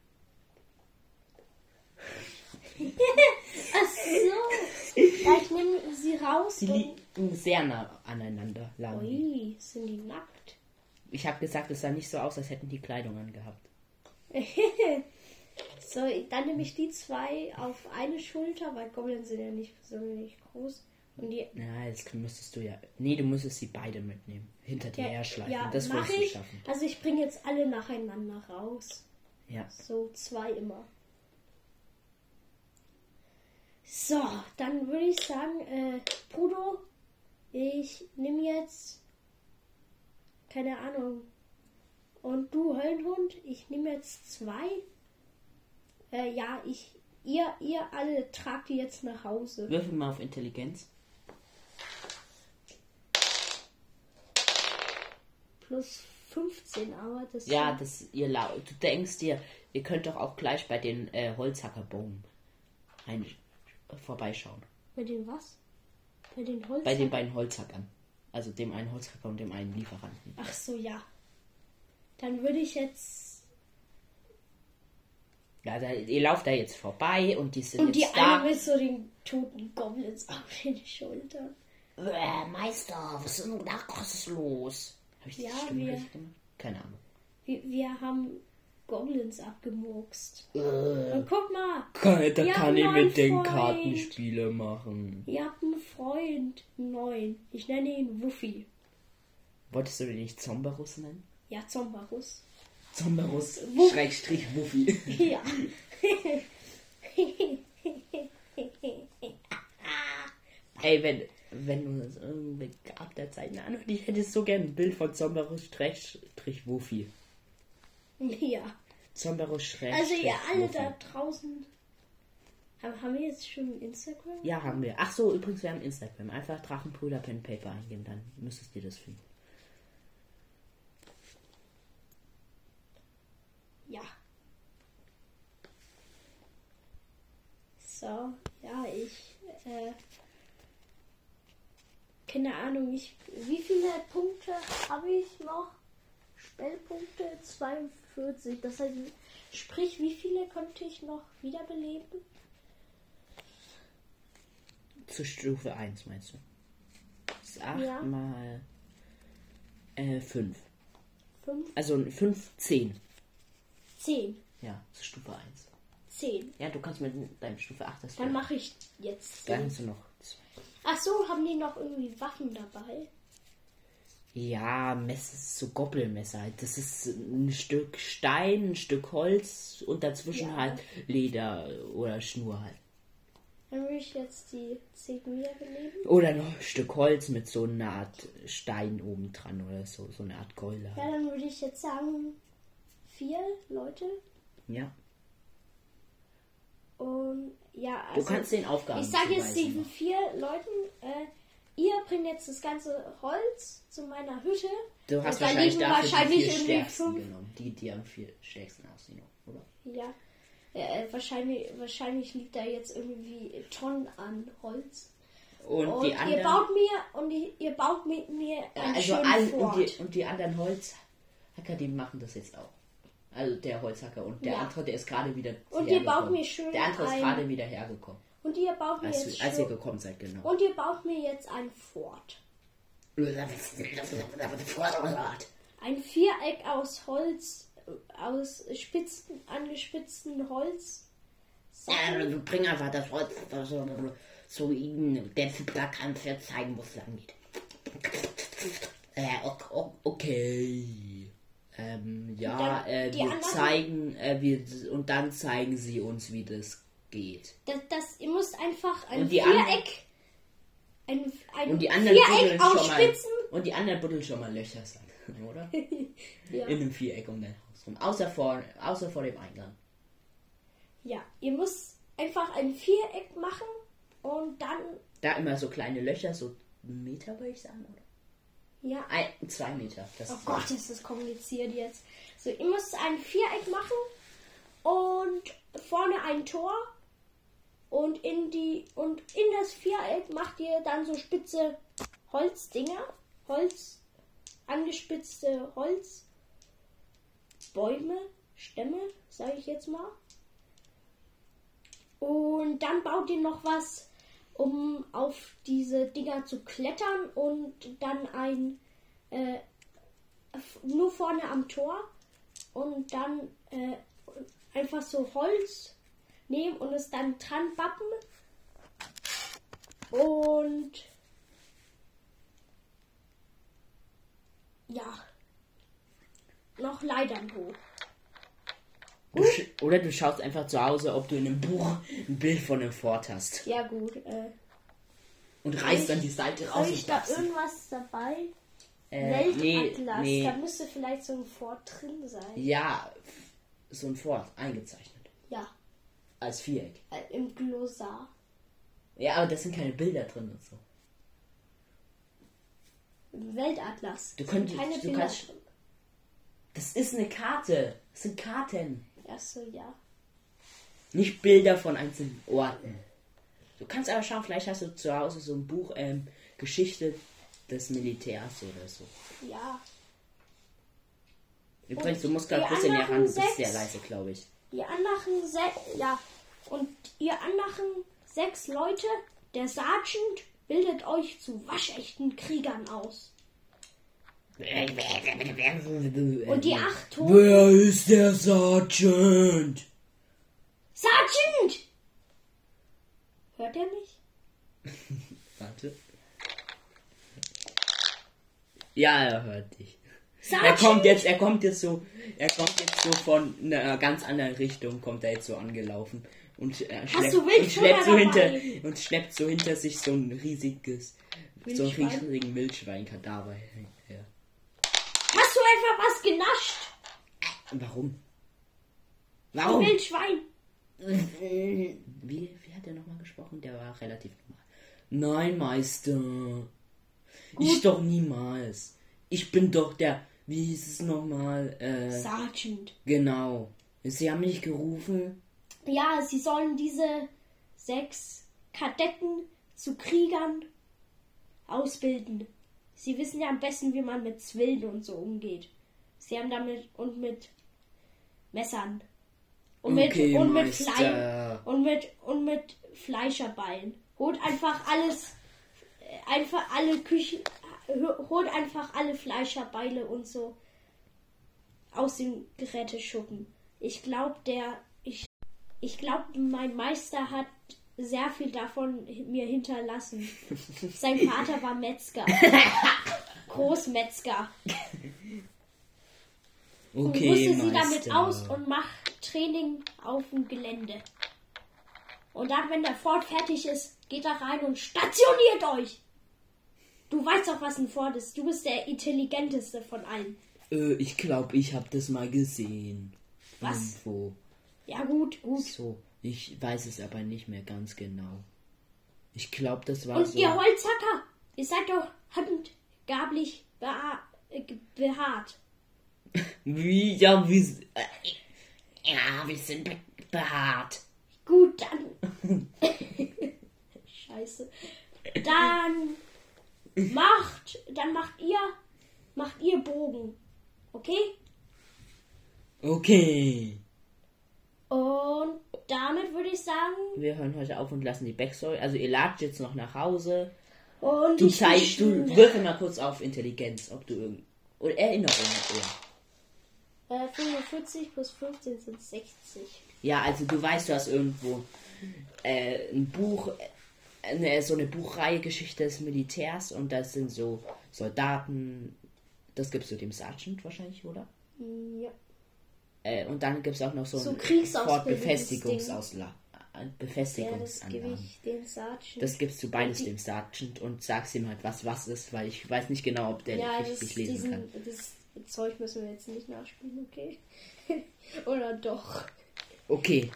Ach so. Ja, ich nehme sie raus. Die und- liegen sehr nah aneinander. Lagen die. Ui, sind die nackt? Ich habe gesagt, es sah nicht so aus, als hätten die Kleidung angehabt. So, dann nehme ich die zwei auf eine Schulter, weil Goblins sind ja nicht sonderlich groß. Und die, Na, jetzt müsstest du ja. Nee, du müsstest sie beide mitnehmen. Hinter dir ja, herschleifen. ja, das mach wirst du ich. schaffen. Also ich bringe jetzt alle nacheinander raus. Ja. So zwei immer. So, dann würde ich sagen, äh, Bruno, ich nehme jetzt, keine Ahnung, und du Höllenhund, ich nehme jetzt zwei. Äh, ja, ich, ihr, ihr alle tragt die jetzt nach Hause. Würfel mal auf Intelligenz. Plus fünfzehn, aber das Ja, sind- das ihr lau- du denkst dir, ihr könnt doch auch gleich bei den äh, Holzhackerbogen ein, vorbeischauen. Bei den was? Bei den Holz. Bei den beiden Holzhackern. Also dem einen Holzhacker und dem einen Lieferanten. Ach so, ja. Dann würde ich jetzt. Ja, da, ihr lauft da jetzt vorbei und die sind Und die jetzt da. eine mit so den toten Goblins auf den Schultern. Äh, Meister, was ist denn da? Was ist los? Hab ich die Ja, Stimme wir- richtig gemacht? Keine Ahnung. Wir, wir haben Goblins abgemurkst. Äh, Und guck mal, kann, da Ja, kann ich mein mit den Freund. Kartenspiele machen. ihr habt einen Freund, einen neuen. Ich nenne ihn Wuffi. Wolltest du den nicht Zombarus nennen? Ja, Zombarus. Zombarus Wuff. Schrägstrich Wuffi. Ja. Ey, wenn, wenn du das irgendwie ab der Zeit an und ich hätte so gern ein Bild von Zombarus Schrägstrich Wuffi. Ja. Zombarus Schrägstrich Also ihr alle Wuffi. da draußen. Haben, haben wir jetzt schon Instagram? Ja, haben wir. Ach so, übrigens, wir haben Instagram. Einfach Drachenbrüder Pen Paper eingeben, dann müsstest ihr das finden. Ja. So, ja, ich, äh, keine Ahnung, ich, wie viele Punkte habe ich noch? Spellpunkte zweiundvierzig. Das heißt, sprich, wie viele konnte ich noch wiederbeleben? Zur Stufe eins meinst du? Das ist acht Ja. mal äh, fünf. Fünf, Also fünf, zehn. zehn. Ja, zur Stufe eins. Zehn. Ja, du kannst mit deiner Stufe acht das Dann mache ich jetzt Dann zehn. hast du noch zwei. Ach so, haben die noch irgendwie Waffen dabei? Ja, Messer, so Gobbelmesser halt. Das ist ein Stück Stein, ein Stück Holz und dazwischen Ja. halt Leder oder Schnur halt. Dann will ich jetzt die zehn wiederbeleben. Oder noch ein Stück Holz mit so einer Art Stein oben dran oder so, so eine Art Keule. Ja, Halt. dann würde ich jetzt sagen, vier Leute. Ja. Und ja, Du also kannst den Aufgaben ich sage jetzt zuweisen diesen noch. vier Leuten, äh, ihr bringt jetzt das ganze Holz zu meiner Hütte. Du hast Und da wahrscheinlich liegen dafür wahrscheinlich die vier irgendwie stärksten fünf. genommen. Die, die am vier stärksten aussehen, oder? Ja. Äh, wahrscheinlich, wahrscheinlich liegt da jetzt irgendwie Tonnen an Holz. Und, Und die ihr anderen... baut mir und die, ihr baut mit mir einen also schönen all, Fort. und, die, und die anderen Holzhacker, die machen das jetzt auch. Also der Holzhacker und der Ja. andere, der ist gerade wieder Und ihr baut hergekommen. mir schön Der andere ist ein- gerade wieder hergekommen. Und ihr baut mir Als, jetzt als ihr schön, gekommen seid, genau. und ihr baut mir jetzt ein Fort. Ein Viereck aus Holz, äh, aus spitzen, angespitzten Holz. Äh, du bring einfach das Holz, so, so ihm, der Zippler kann es ja zeigen, wo es lang geht. Äh, ok- okay. Ähm, ja, dann äh, die wir anderen- zeigen, äh, wir, und dann zeigen sie uns, wie das geht. Das, das, ihr müsst einfach ein Und die anderen- Viereck, ein, ein Und die anderen Viereck buddeln aus schon mal, Spitzen. und die anderen buddeln schon mal Löcher sein, oder? Ja. In einem Viereck um dein Haus rum. Außer vor, außer vor dem Eingang. ja, ihr müsst einfach ein Viereck machen und dann, Da immer so kleine Löcher, so einen Meter würde ich sagen, oder? ja, Ein, zwei Meter. Das oh ist Gott, ist das kompliziert jetzt. So, ihr müsst ein Viereck machen und vorne ein Tor und in die und in das Viereck macht ihr dann so spitze Holzdinger, Holz, angespitzte Holz, Bäume, Stämme, sage ich jetzt mal. Und dann baut ihr noch was, um auf diese Dinger zu klettern und dann ein äh, f- nur vorne am Tor und dann äh, einfach so Holz nehmen und es dann dran bappen und ja, noch Leitern hoch. Du sch- oder du schaust einfach zu Hause, ob du in einem Buch ein Bild von einem Fort hast. Ja gut, äh, Und reißt dann die Seite raus habe ich und da backst. irgendwas dabei? Äh, nee, Weltatlas, nee. da müsste vielleicht so ein Fort drin sein. Ja, so ein Fort, eingezeichnet. Ja, Als Viereck. äh, im Glossar. Ja, aber das sind keine Bilder drin und so. Im Weltatlas. Du könntest- Keine du Bilder kannst- drin. Das ist eine Karte. Das sind Karten. Achso, ja. Nicht Bilder von einzelnen Orten. Du kannst aber schauen, vielleicht hast du zu Hause so ein Buch, ähm, Geschichte des Militärs oder so. Ja. Übrigens, du musst gerade ein die bisschen näher ran, du anderen bist sehr sechs- leise, glaube ich. Die anderen sechs, ja. Und ihr anderen sechs Leute, der Sergeant bildet euch zu waschechten Kriegern aus. Und die acht Toten. Wer ist der Sergeant? Sergeant! Hört er mich? Warte. Ja, er hört dich. Er Sergeant! kommt jetzt, er kommt jetzt so, er kommt jetzt so von einer ganz anderen Richtung, kommt er jetzt so angelaufen und, äh, schleppt, du und Wildschweine schleppt so dabei? hinter und schleppt so hinter sich so ein riesiges, so ein Wildschwein? riesigen Wildschweinkadaver her. Hast du einfach was genascht? Warum? Du Warum? Wildschwein. Wie, wie hat er nochmal gesprochen? Der war relativ normal. Nein, Meister. Ich doch niemals. Ich bin doch der, wie hieß es nochmal? Äh, Sergeant. genau. Sie haben mich gerufen. Ja, sie sollen diese sechs Kadetten zu Kriegern ausbilden. Sie wissen ja am besten, wie man mit Zwillen und so umgeht. Sie haben damit und mit Messern. Und Okay, mit und mit Meister. Fleisch und mit und mit Fleischerbeinen. Holt einfach alles äh, einfach alle Küchen holt einfach alle Fleischerbeile und so aus dem Geräteschuppen. Ich glaube, der ich ich glaube, mein Meister hat sehr viel davon mir hinterlassen. Sein Vater war Metzger. Großmetzger. Und Okay, rüste sie Meister. damit aus und macht Training auf dem Gelände. Und dann, wenn der Fort fertig ist, geht er rein und stationiert euch. Du weißt doch, was ein Fort ist. Du bist der intelligenteste von allen. Äh, ich glaube, ich habe das mal gesehen. Was? Irgendwo. Ja gut, gut. So, ich weiß es aber nicht mehr ganz genau. Ich glaube, das war Und so. ihr Holzhacker, Ihr seid doch handgablich beha äh, behaart. Wie, ja, wie... Äh, Ja, wir sind be behaart. Gut, dann. Scheiße. Dann macht, dann macht ihr, macht ihr Bogen. Okay? okay. Und damit würde ich sagen, Wir hören heute auf und lassen die Backstory. Also ihr ladet jetzt noch nach Hause. und Du ich zeigst, du besch- würfel mal kurz auf Intelligenz, ob du irgend... Oder Erinnerung eher. äh, fünfundvierzig plus fünfzehn sind sechzig. Ja, also du weißt, du hast irgendwo äh, ein Buch, äh, eine, so eine Buchreihe Geschichte des Militärs und das sind so Soldaten, das gibst du dem Sergeant wahrscheinlich, oder? Ja. Äh, und dann gibt es auch noch so, So ein Kriegsausbildungsding. Fortbefestigungsausla äh, Ja, das Befestigungsanlagen. gebe ich dem Sergeant. Das gibst du beides Die- dem Sergeant und sagst ihm halt, was was ist, weil ich weiß nicht genau, ob der Ja, das, richtig lesen diesen, kann. das Zeug müssen wir jetzt nicht nachspielen, okay? Oder doch? Okay,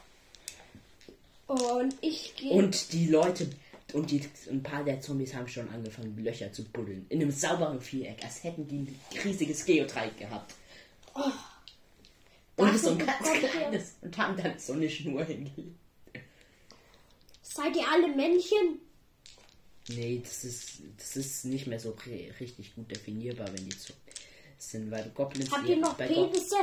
Und ich gehe. und die Leute und die, ein paar der Zombies haben schon angefangen, Löcher zu buddeln. In einem sauberen Viereck, als hätten die ein riesiges Geodreieck gehabt. Oh, Und so ein dafür ganz bekommt ihr- kleines und haben dann so eine Schnur hingelegt. Seid ihr alle Männchen? Nee, das ist, das ist nicht mehr so ri- richtig gut definierbar, wenn die so sind, weil Goblins... Habt ihr noch bei Gob- Penisse?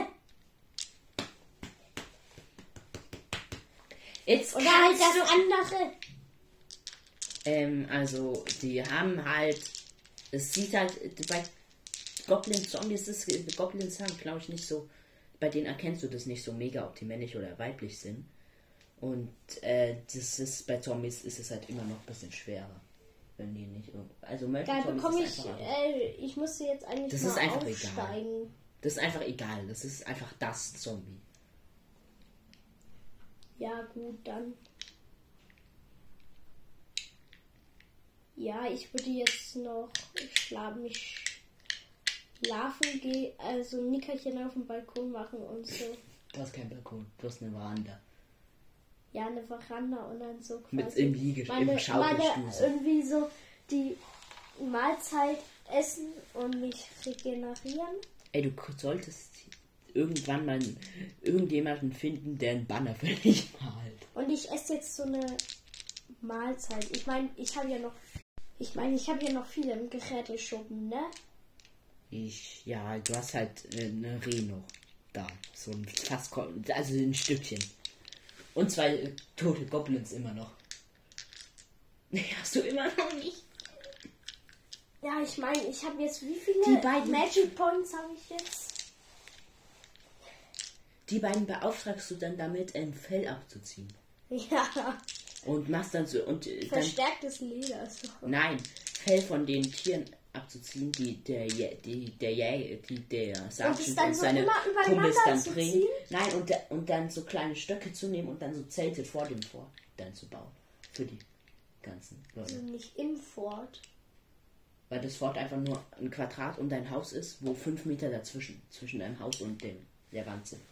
Jetzt Oder halt kannst das andere? Ähm, also, die haben halt. Es sieht halt. Bei Goblin Zombies ist. Goblins haben, glaube ich, nicht so. Bei denen erkennst du das nicht so mega, ob die männlich oder weiblich sind. Und äh, das ist bei Zombies ist es halt immer noch ein bisschen schwerer. Wenn die nicht. Also Geil, Zombies bekomme ist ich. einfach, Äh, ich musste jetzt eigentlich Das mal ist einfach aufsteigen. egal. Das ist einfach egal. Das ist einfach das Zombie. Ja, gut, dann. Ja, ich würde jetzt noch schlafen, mich schlafen gehen, also ein Nickerchen auf dem Balkon machen und so. Du hast keinen Balkon, du hast eine Veranda. Ja, eine Veranda und dann so quasi. Mit im Liege, meine, im Schaukelstuhl. meine irgendwie so die Mahlzeit essen und mich regenerieren. Ey, du solltest irgendwann mal irgendjemanden finden, der einen Banner für dich malt. Und ich esse jetzt so eine Mahlzeit. Ich meine, ich habe ja noch, ich meine, ich habe ja noch viele im Geräteschuppen, ne? Ich, ja, du hast halt äh, eine Reh noch da. So ein fast, also ein Stückchen. Und zwei äh, tote Goblins immer noch. Nee, hast du immer noch nicht? Ja, ich meine, ich habe jetzt wie viele Die beiden- Magic Points habe ich jetzt? Die beiden beauftragst du dann damit, ein Fell abzuziehen. Ja, Und machst dann so, und äh, dann, verstärktes Leder. So. nein, Fell von den Tieren abzuziehen, die der, Jä- die, der Jäger, die der Sergeant und, dann so seine immer übereinander Kumpels dann zu bringen. ziehen? Nein, und, da- und dann so kleine Stöcke zu nehmen und dann so Zelte vor dem Fort dann zu bauen. Für die ganzen Leute. Also nicht im Fort. Weil das Fort einfach nur ein Quadrat um dein Haus ist, wo fünf Meter dazwischen, zwischen deinem Haus und dem, der Wand sind.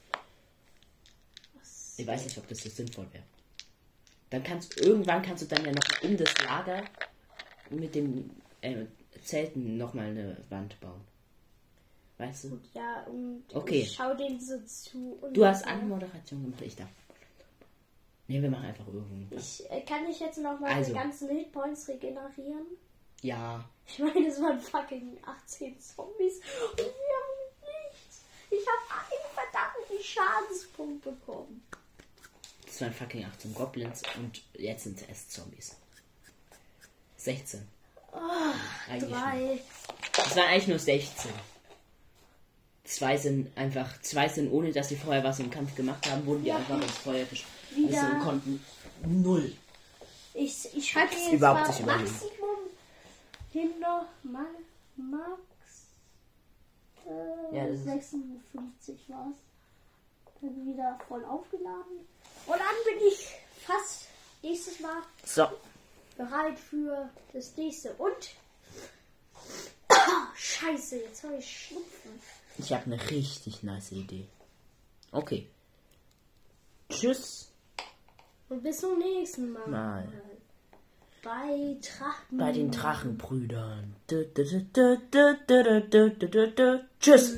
Ich weiß nicht, ob das so sinnvoll wäre. Dann kannst irgendwann kannst du dann ja noch um das Lager mit den äh, Zelten nochmal eine Wand bauen. Weißt du? Und ja, und Okay. ich schau denen so zu. Und Du hast Anmoderation gemacht, ich darf. Ne, wir machen einfach irgendwas. Ich, äh, kann ich jetzt noch meine Also. ganzen Hitpoints regenerieren? Ja, Ich meine, es waren fucking achtzehn Zombies und wir haben nichts. Ich habe einen verdammten Schadenspunkt bekommen. das waren fucking achtzehn Goblins und jetzt sind es Zombies. sechzehn. Eigentlich Drei. Es waren eigentlich nur sechzehn. Zwei sind einfach, zwei sind ohne, dass sie vorher was im Kampf gemacht haben, wurden die Ja. einfach ins Feuer geschmissen. Wieder. Also konnten null. Ich, ich schreibe Hat's jetzt überhaupt mal nicht überlegen. Maximum hinter mal Max äh, Ja, das ist- sechsundfünfzig war's. Dann wieder voll aufgeladen. Und dann bin ich fast nächstes Mal So, bereit für das nächste. Und Scheiße, jetzt habe ich Schnupfen. ich habe eine richtig nice Idee. Okay. Tschüss. Und bis zum nächsten Mal. Mal. Bei Drachen. Bei den Drachenbrüdern. Du, du, du, du, du, du, du, du, du, du. Tschüss.